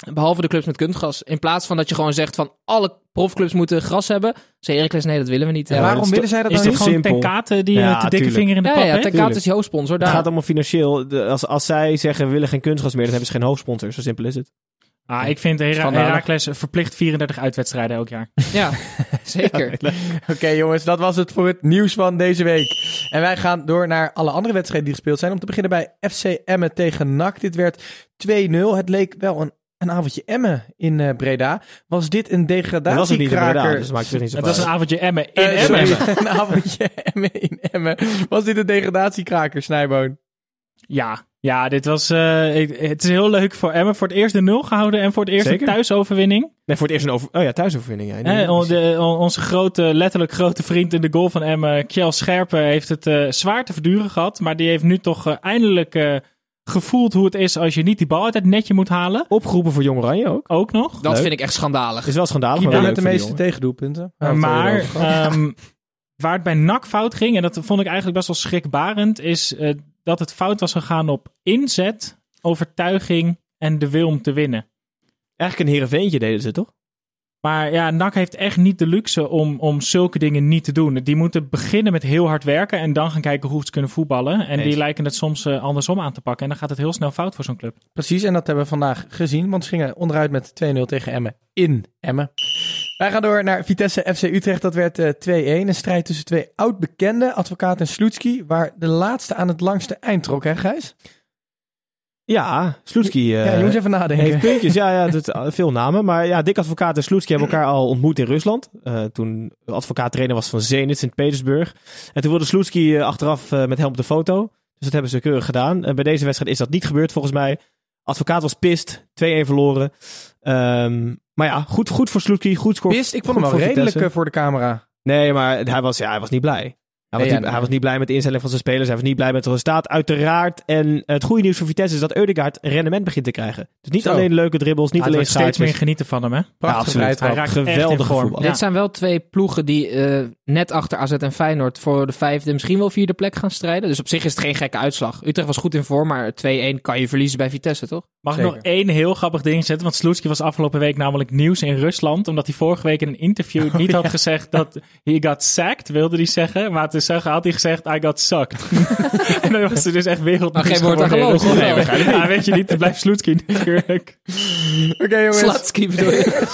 Behalve de clubs met kunstgras. In plaats van dat je gewoon zegt van alle profclubs moeten gras hebben. Zei Heracles, nee, dat willen we niet. En waarom willen zij dat Is dan dit niet? gewoon simpel. Tenkate die Ja, te dikke tuurlijk. vinger in de pap heeft? Tenkate is die hoofdsponsor. Het Daar. gaat allemaal financieel. Als zij zeggen we willen geen kunstgras meer, dan hebben ze geen hoofdsponsor. Zo simpel is het. Ik vind Heracles verplicht 34 uitwedstrijden elk jaar. Ja, zeker. Oké, jongens, dat was het voor het nieuws van deze week. En wij gaan door naar alle andere wedstrijden die gespeeld zijn. Om te beginnen bij FC Emmen tegen NAC. Dit werd 2-0. Het leek wel een avondje Emmen in Breda. Was dit een Dat was het niet in Breda, degradatiekraker? dus maakt het niet zo Het was een uit. avondje Emmen in Sorry, Emmen. een avondje Emmen in Emmen. Was dit een degradatiekraker, Snijboon? Ja, dit was... het is heel leuk voor Emmen. Voor het eerst de 0 gehouden en voor het eerst Zeker. een thuisoverwinning. Nee, voor het eerst een thuisoverwinning. Ja. Onze letterlijk grote vriend in de goal van Emmen, Kjell Scherpen, heeft het zwaar te verduren gehad. Maar die heeft nu toch eindelijk gevoeld hoe het is als je niet die bal uit het netje moet halen. Opgeroepen voor Jong Oranje ook. Ook nog. Dat Leuk. vind ik echt schandalig. Is wel schandalig, Ja, maar wel met leuk de voor die meeste jongen. tegendoelpunten. Maar waar het bij NAC fout ging, en dat vond ik eigenlijk best wel schrikbarend, is dat het fout was gegaan op inzet, overtuiging en de wil om te winnen. Eigenlijk een Heerenveentje deden ze, toch? Maar ja, NAC heeft echt niet de luxe om zulke dingen niet te doen. Die moeten beginnen met heel hard werken en dan gaan kijken hoe ze kunnen voetballen. En die lijken het soms andersom aan te pakken. En dan gaat het heel snel fout voor zo'n club. Precies, en dat hebben we vandaag gezien. Want ze gingen onderuit met 2-0 tegen Emmen in Emmen. Wij gaan door naar Vitesse FC Utrecht. Dat werd 2-1. Een strijd tussen twee oud-bekenden, Advocaat en Sloetski, waar de laatste aan het langste eind trok, hè Gijs? Ja, Sloetski Ja, je moet even nadenken. heeft puntjes. Ja, veel namen. Maar ja, Dick Advocaat en Sloetski hebben elkaar al ontmoet in Rusland. Toen Advocaat trainer was van Zenit, Sint-Petersburg. En toen wilde Sloetski achteraf met hem op de foto. Dus dat hebben ze keurig gedaan. Bij deze wedstrijd is dat niet gebeurd volgens mij. Advocaat was pist. 2-1 verloren. Maar ja, goed voor Sloetski. Goed score. Pist, ik vond hem wel voor redelijk Vitesse. voor de camera. Nee, maar hij was niet blij. Hij was niet blij met de instelling van zijn spelers. Hij was niet blij met het resultaat, uiteraard. En het goede nieuws voor Vitesse is dat Ødegaard rendement begint te krijgen. Dus niet Zo. alleen leuke dribbles, niet Hij alleen wordt steeds meer schaatsers. genieten van hem, hè? Prachtig absoluut. vrijtrap. Hij raakt echt in Geweldige vorm. voetbal. Ja. Dit zijn wel twee ploegen die net achter AZ en Feyenoord voor de 5e, misschien wel 4e plek gaan strijden. Dus op zich is het geen gekke uitslag. Utrecht was goed in vorm, maar 2-1 kan je verliezen bij Vitesse, toch? Mag ik Zeker. nog één heel grappig ding zetten? Want Sloetski was afgelopen week namelijk nieuws in Rusland. Omdat hij vorige week in een interview niet had gezegd dat he got sacked, wilde hij zeggen. Maar toen had hij gezegd, I got sucked. En dan was hij dus echt wereldnieuws Maar geen woord aan geworden. gelogen, Nee, of wel? waarschijnlijk niet. Ja, weet je niet, het blijft Sloetski natuurlijk. Oké, jongens. Slatski bedoel je?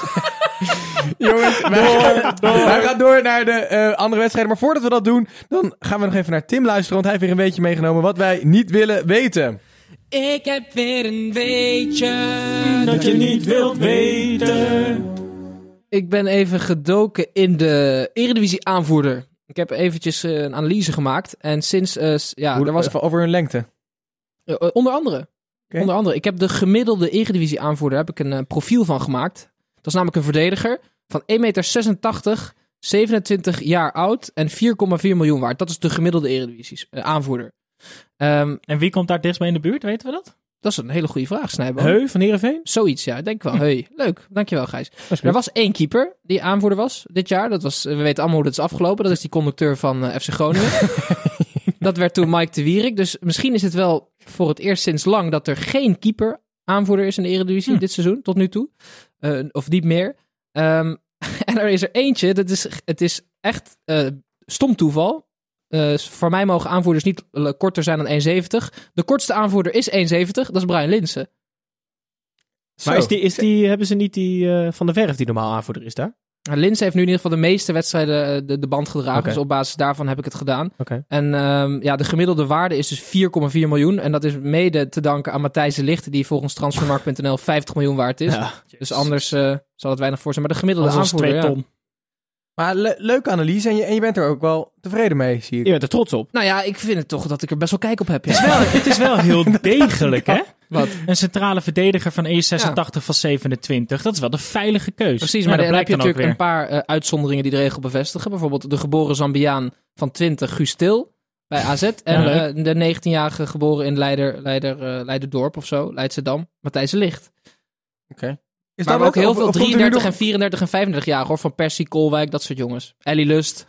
Jongens, wij gaan door naar de andere wedstrijden. Maar voordat we dat doen, dan gaan we nog even naar Tim luisteren. Want hij heeft weer een weetje meegenomen wat wij niet willen weten. Ik heb weer een weetje Dat je niet wilt weten. Ik ben even gedoken in de Eredivisie aanvoerder. Ik heb eventjes een analyse gemaakt. En sinds, er was Even over hun lengte. onder andere. Oké. Onder andere. Ik heb de gemiddelde Eredivisie aanvoerder, heb ik een profiel van gemaakt. Dat is namelijk een verdediger van 1,86 meter, 27 jaar oud en 4,4 miljoen waard. Dat is de gemiddelde Eredivisie aanvoerder. En wie komt daar dichtstbij in de buurt, weten we dat? Dat is een hele goede vraag, Snijboom. Heu van Heerenveen? Zoiets, ja. Ik denk wel. Hey, leuk. Dankjewel, Gijs. Er was één keeper die aanvoerder was dit jaar. Dat was, we weten allemaal hoe dat is afgelopen. Dat is die conducteur van FC Groningen. Dat werd toen Mike de Wierik. Dus misschien is het wel voor het eerst sinds lang dat er geen keeper aanvoerder is in de Eredivisie dit seizoen, tot nu toe. Of niet meer. En er is er eentje. Het is echt stom toeval. Voor mij mogen aanvoerders niet korter zijn dan 1,70. De kortste aanvoerder is 1,70. Dat is Brian Linssen. Maar hebben ze niet die Van der Werf die normaal aanvoerder is daar? Linssen heeft nu in ieder geval de meeste wedstrijden de band gedragen. Oké. Dus op basis daarvan heb ik het gedaan. Oké. En de gemiddelde waarde is dus 4,4 miljoen. En dat is mede te danken aan Matthijs de Ligt, die volgens Transfermarkt.nl 50 miljoen waard is. Ja. Dus anders zal het weinig voor zijn. Maar de gemiddelde Dat was aanvoerder, 2 ja. ton. Maar leuke analyse en je bent er ook wel tevreden mee, zie ik. Je bent er trots op. Nou ja, ik vind het toch dat ik er best wel kijk op heb. Ja. Het is wel heel degelijk, hè? Wat? Een centrale verdediger van 1,86 van 27. Dat is wel de veilige keus. Precies, Ja, maar dat dan heb je blijkt natuurlijk ook een paar uitzonderingen die de regel bevestigen. Bijvoorbeeld de geboren Zambiaan van 20, Guus Til, bij AZ. En de 19-jarige geboren in Leiderdorp of zo, Leidschendam, Matthijs de Ligt. Oké. Is Maar dat ook het? heel Of veel komt er nu 33 nog- en 34 en 35 jaar hoor. Van Persie, Koolwijk, dat soort jongens. Ellie Lust.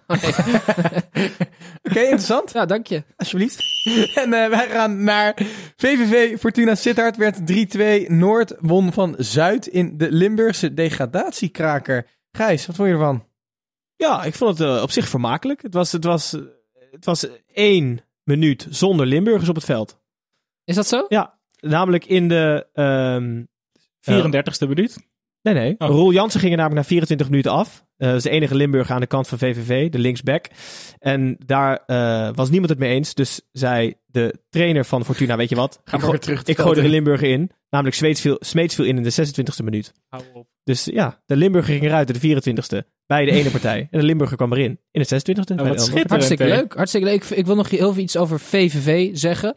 Oké, interessant. Ja, dank je. Alsjeblieft. En wij gaan naar VVV Fortuna Sittard. Werd 3-2. Noord won van Zuid in de Limburgse degradatiekraker. Gijs, wat vond je ervan? Ja, ik vond het op zich vermakelijk. Het was 1 minuut zonder Limburgers op het veld. Is dat zo? Ja, namelijk in de... 34e minuut. Nee. Oh. Roel Jansen ging er namelijk na 24 minuten af. Dat is de enige Limburger aan de kant van VVV, de linksback. En daar was niemand het mee eens. Dus zei de trainer van Fortuna, weet je wat? Ga maar weer terug. Ik gooi er een Limburger in. Namelijk Smeets viel in de 26e minuut. Hou op. Dus ja, de Limburger ging eruit in de 24e. Bij de ene partij. En de Limburger kwam erin. In de 26e. bij de andere. schitterend. Hartstikke hè? leuk. Hartstikke leuk. Ik wil nog heel veel iets over VVV zeggen.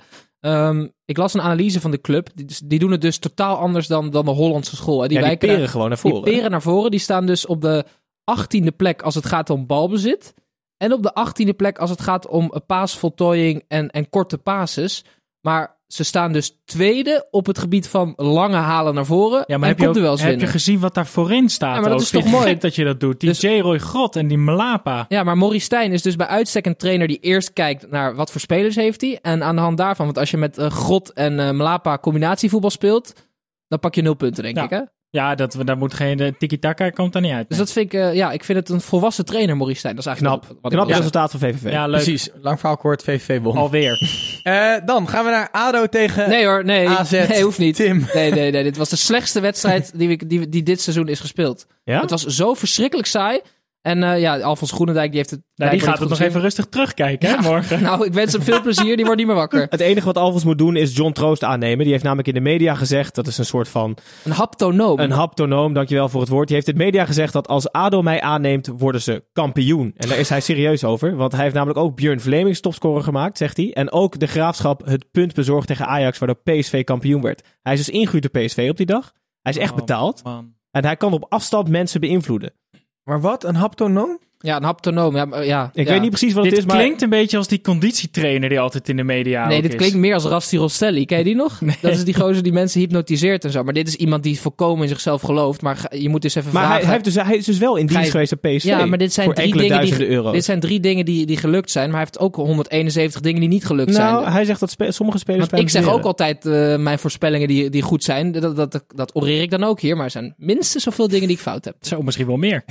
Ik las een analyse van de club. Die doen het dus totaal anders dan de Hollandse school. Hè. Die wijken peren gewoon naar voren. Die peren naar voren. Die staan dus op de 18e plek als het gaat om balbezit. En op de 18e plek als het gaat om paasvoltooiing en korte passes. Maar ze staan dus tweede op het gebied van lange halen naar voren. Ja, maar en heb je, ook, kopduels heb je winnen. gezien wat daar voorin staat? Ja, maar dat ook? is toch Vind je mooi? gek dat je dat doet? Die Dus- J-Roy Grot en die Mlapa. Ja, maar Maurice Stijn is dus bij uitstek een trainer die eerst kijkt naar wat voor spelers heeft hij. En aan de hand daarvan, want als je met Grot en Mlapa combinatievoetbal speelt, dan pak je 0 punten, denk Ja. ik. Hè? Ja, daar moet geen tiki-taka, komt daar niet uit. Dus dat vind ik, ik vind het een volwassen trainer, Maurice Stijn. Dat is eigenlijk Knap. wat ik Knap wil resultaat van VVV. Ja, leuk. Precies, lang verhaal kort, VVV won. Alweer. Dan gaan we naar ADO tegen zeggen. Nee hoor, nee. AZ. Nee, hoeft niet. Tim. Nee. Dit was de slechtste wedstrijd die dit seizoen is gespeeld. Ja? Het was zo verschrikkelijk saai. En Alfons Groenendijk, die heeft het... Nou, die blijkbaar gaat het niet nog goed even rustig terugkijken, hè, morgen. Nou, ik wens hem veel plezier. Die wordt niet meer wakker. Het enige wat Alfons moet doen is John Troost aannemen. Die heeft namelijk in de media gezegd, dat is een soort van Een haptonoom. een haptonoom, dankjewel voor het woord. Die heeft in de media gezegd dat als ADO mij aanneemt, worden ze kampioen. En daar is hij serieus over, want hij heeft namelijk ook Björn Vlemings topscorer gemaakt, zegt hij. En ook de Graafschap het punt bezorgd tegen Ajax, waardoor PSV kampioen werd. Hij is dus ingehuurd door PSV op die dag. Hij is echt betaald. Man. En hij kan op afstand mensen beïnvloeden. Maar wat, een haptonoom? Ja, een haptonoom. Ik weet niet precies wat het Dit is, maar... klinkt een beetje als die conditietrainer die altijd in de media Nee, ook dit is. klinkt meer als Rasti Rostelli. Ken je die nog? Nee. Dat is die gozer die mensen hypnotiseert en zo. Maar dit is iemand die volkomen in zichzelf gelooft. Maar je moet dus even Maar vragen... hij is dus wel in dienst Gijs- geweest bij PSV. Ja, maar dit zijn voor drie enkele dingen duizenden euro's. Dit zijn 3 dingen die gelukt zijn. Maar hij heeft ook 171 dingen die niet gelukt Nou, zijn. hij zegt dat sommige spelers... Want ik zeg bij hem ook altijd mijn voorspellingen die goed zijn. Dat oreer ik dan ook hier. Maar er zijn minstens zoveel dingen die ik fout heb. Zo, misschien wel meer.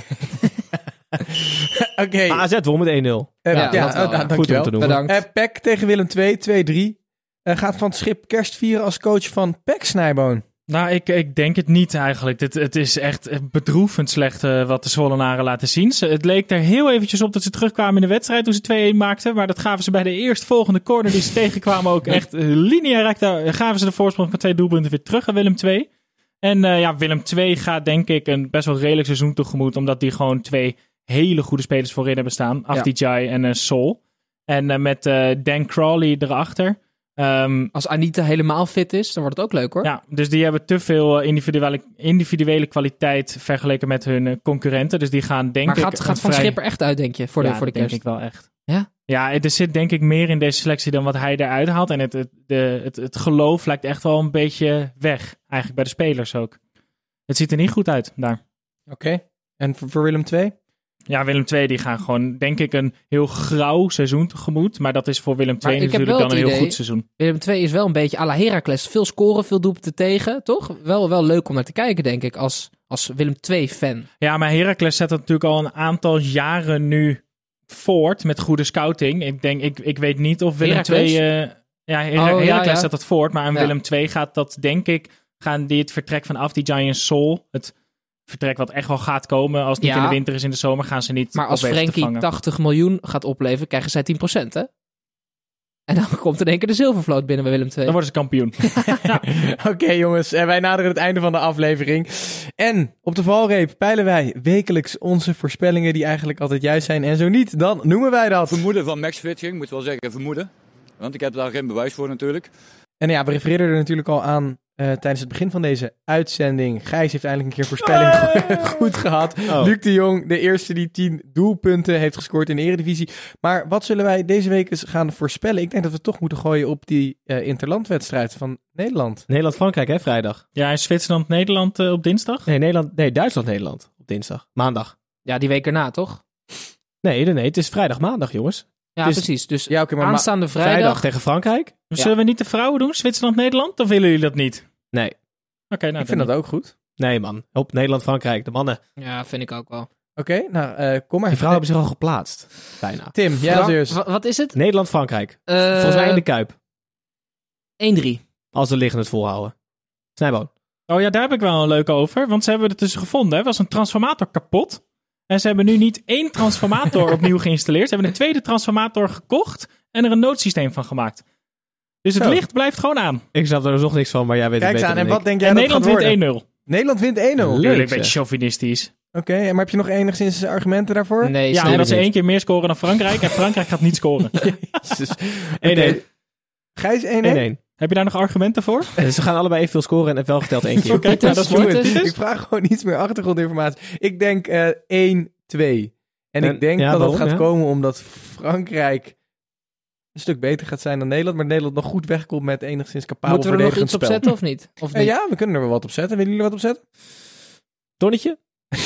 Oké. Maar AZ won met 1-0. Ja, dat wel, ja. Goed dankjewel. om te noemen. Bedankt. PEC tegen Willem II, 2-3. Gaat Van 't Schip kerst vieren als coach van PEC, Snijboon? Nou, ik denk het niet eigenlijk. Het is echt bedroevend slecht wat de Zwollenaren laten zien. Het leek er heel eventjes op dat ze terugkwamen in de wedstrijd toen ze 2-1 maakten. Maar dat gaven ze bij de eerstvolgende corner die ze tegenkwamen ook echt lineair. Gaven ze de voorsprong van 2 doelpunten weer terug aan Willem II. En Willem II gaat denk ik een best wel redelijk seizoen tegemoet. Omdat die gewoon 2 hele goede spelers voorin hebben staan. Afdijay en Sol. En met Dan Crawley erachter. Als Anita helemaal fit is, dan wordt het ook leuk hoor. Ja, dus die hebben te veel individuele kwaliteit vergeleken met hun concurrenten. Dus die gaan denk maar ik... gaat Van Schipper echt uit, denk je, voor de dat kerst? denk ik wel echt. Ja? Ja, er zit denk ik meer in deze selectie dan wat hij eruit haalt. En het geloof lijkt echt wel een beetje weg. Eigenlijk bij de spelers ook. Het ziet er niet goed uit daar. Oké. En voor Willem II? Ja, Willem II die gaan gewoon, denk ik, een heel grauw seizoen tegemoet. Maar dat is voor Willem II Maar ik heb natuurlijk wel dan een het heel idee- goed seizoen. Willem II is wel een beetje à la Heracles. Veel scoren, veel doelpunten tegen, toch? Wel leuk om naar te kijken, denk ik, als Willem II-fan. Ja, maar Heracles zet dat natuurlijk al een aantal jaren nu voort met goede scouting. Ik weet niet of Willem Heracles? II... Heracles ja. zet dat voort, maar aan Ja. Willem II gaat dat, denk ik, gaan die het vertrek van Afdijay en Sol, het vertrek wat echt wel gaat komen, als het niet Ja. in de winter is, in de zomer, gaan ze niet Maar als op weten te Frenkie vangen. 80 miljoen gaat opleveren, krijgen zij 10%, hè? En dan komt in één keer de zilvervloot binnen bij Willem II. Dan worden ze kampioen. Oké, jongens, wij naderen het einde van de aflevering. En op de valreep peilen wij wekelijks onze voorspellingen die eigenlijk altijd juist zijn. En zo niet, dan noemen wij dat. Vermoeden van matchfixing, moet wel zeggen vermoeden. Want ik heb daar geen bewijs voor natuurlijk. En ja, we refereerden er natuurlijk al aan tijdens het begin van deze uitzending. Gijs heeft eindelijk een keer voorspelling goed gehad. Oh. Luc de Jong, de eerste die 10 doelpunten heeft gescoord in de Eredivisie. Maar wat zullen wij deze week eens gaan voorspellen? Ik denk dat we toch moeten gooien op die interlandwedstrijd van Nederland. Nederland-Frankrijk, hè, vrijdag. Ja, en Zwitserland-Nederland op dinsdag? Nee, Duitsland-Nederland op dinsdag. Maandag. Ja, die week erna, toch? Nee, het is vrijdag-maandag, jongens. Ja, Dus- precies. Dus Ja, oké, maar aanstaande Vrijdag vrijdag... tegen Frankrijk? Zullen we niet de vrouwen doen? Zwitserland-Nederland? Of willen jullie dat niet? Nee. Oké, nou, ik vind dat ook goed. Nee, man. Op Nederland-Frankrijk. De mannen. Ja, vind ik ook wel. Oké, nou, kom maar. Die vrouwen hebben zich al geplaatst. Bijna. Tim, jij als eerst. Wat is het? Nederland-Frankrijk. Volgens mij in de Kuip. 1-3. Als de liggen het volhouden. Snijboon. Oh ja, daar heb ik wel een leuke over. Want ze hebben het dus gevonden. Er was een transformator kapot. En ze hebben nu niet 1 transformator opnieuw geïnstalleerd. Ze hebben een tweede transformator gekocht. En er een noodsysteem van gemaakt. Dus het Zo. licht blijft gewoon aan. Ik snap er dus nog niks van, maar jij weet Kijk het eens beter aan, en dan wat denk jij En dat Nederland gaat wint worden? 1-0. Nederland wint 1-0. Leuk. Natuurlijk, een zeg. beetje chauvinistisch. Oké, maar heb je nog enigszins argumenten daarvoor? Nee, Ja, snap omdat ik ze niet. 1 keer meer scoren dan Frankrijk. En Frankrijk gaat niet scoren. Jezus. 1-1. Gijs 1-1? 1-1. Heb je daar nog argumenten voor? Dus ze gaan allebei evenveel scoren en het wel geteld 1 keer. Oké, nou, dat is Doe mooi. het. Ik vraag gewoon iets meer achtergrondinformatie. Ik denk 1-2. En ik denk ja, dat waarom? gaat Ja. komen omdat Frankrijk een stuk beter gaat zijn dan Nederland. Maar Nederland nog goed wegkomt met enigszins capabel Moeten we er nog verdedigend iets op spel. zetten of niet? Of niet? Ja, we kunnen er wel wat op zetten. Willen jullie er wat op zetten? Tonnetje?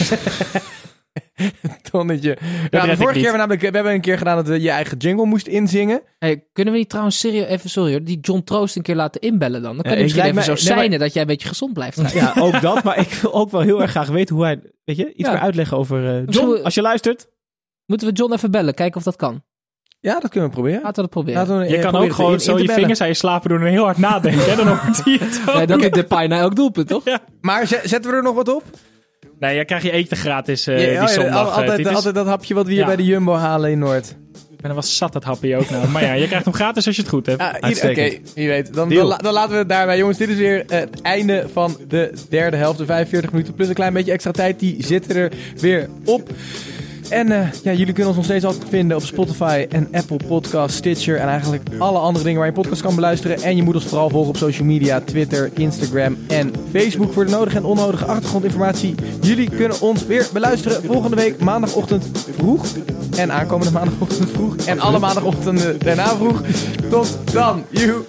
Tonnetje. red Ja, de ik vorige niet. keer we hebben een keer gedaan dat we je eigen jingle moest inzingen. Hey, kunnen we niet trouwens serieus even, sorry hoor, die John Troost een keer laten inbellen dan? Dan kan Ja, je misschien lijkt even mij- zo nee, maar- seinen dat jij een beetje gezond blijft. Gijs. Ja, ook dat. Maar ik wil ook wel heel erg graag weten hoe hij... Weet je, iets Ja. meer uitleggen over... John, Misschien- als je luistert. Moeten we John even bellen, kijken of dat kan? Ja, dat kunnen we proberen. Laten we dat proberen. Laten we, Je kan proberen ook gewoon in zo te je bellen. vingers aan je slapen doen en heel hard nadenken. En dan hoort hij het ook. Nee, dan doet Depay na elk doelpunt, toch? Maar zetten we er nog wat op? Nee, je krijgt je eten gratis Ja, die zondag. altijd, altijd dat hapje wat we hier Ja. bij de Jumbo halen in Noord. Ik ben er wel zat, dat hapje ook nou. Maar ja, je krijgt hem gratis als je het goed hebt. Oké, Uitstekend. wie weet. Dan Deal. laten we het daarbij. Jongens, dit is weer het einde van de derde helft. De 45 minuten plus een klein beetje extra tijd. Die zitten er weer op. En ja, jullie kunnen ons nog steeds altijd vinden op Spotify en Apple Podcasts, Stitcher en eigenlijk alle andere dingen waar je podcast kan beluisteren. En je moet ons vooral volgen op social media, Twitter, Instagram en Facebook voor de nodige en onnodige achtergrondinformatie. Jullie kunnen ons weer beluisteren volgende week maandagochtend vroeg. En aankomende maandagochtend vroeg. En alle maandagochtenden daarna vroeg. Tot dan. Joehoe.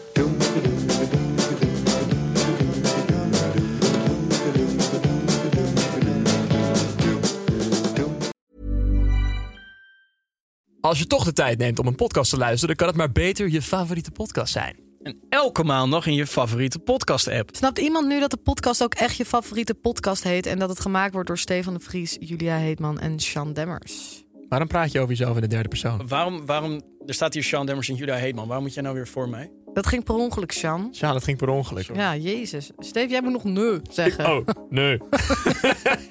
Als je toch de tijd neemt om een podcast te luisteren, dan kan het maar beter je favoriete podcast zijn. En elke maandag in je favoriete podcast-app. Snapt iemand nu dat de podcast ook echt je favoriete podcast heet... en dat het gemaakt wordt door Stefan de Vries, Julia Heetman en Sean Demmers? Waarom praat je over jezelf in de derde persoon? Waarom, er staat hier Sean Demmers en Julia Heetman. Waarom moet jij nou weer voor mij? Dat ging per ongeluk, Sean. Ja, dat ging per ongeluk. Ja, jezus. Steve, jij moet nog nee zeggen. Oh, nee.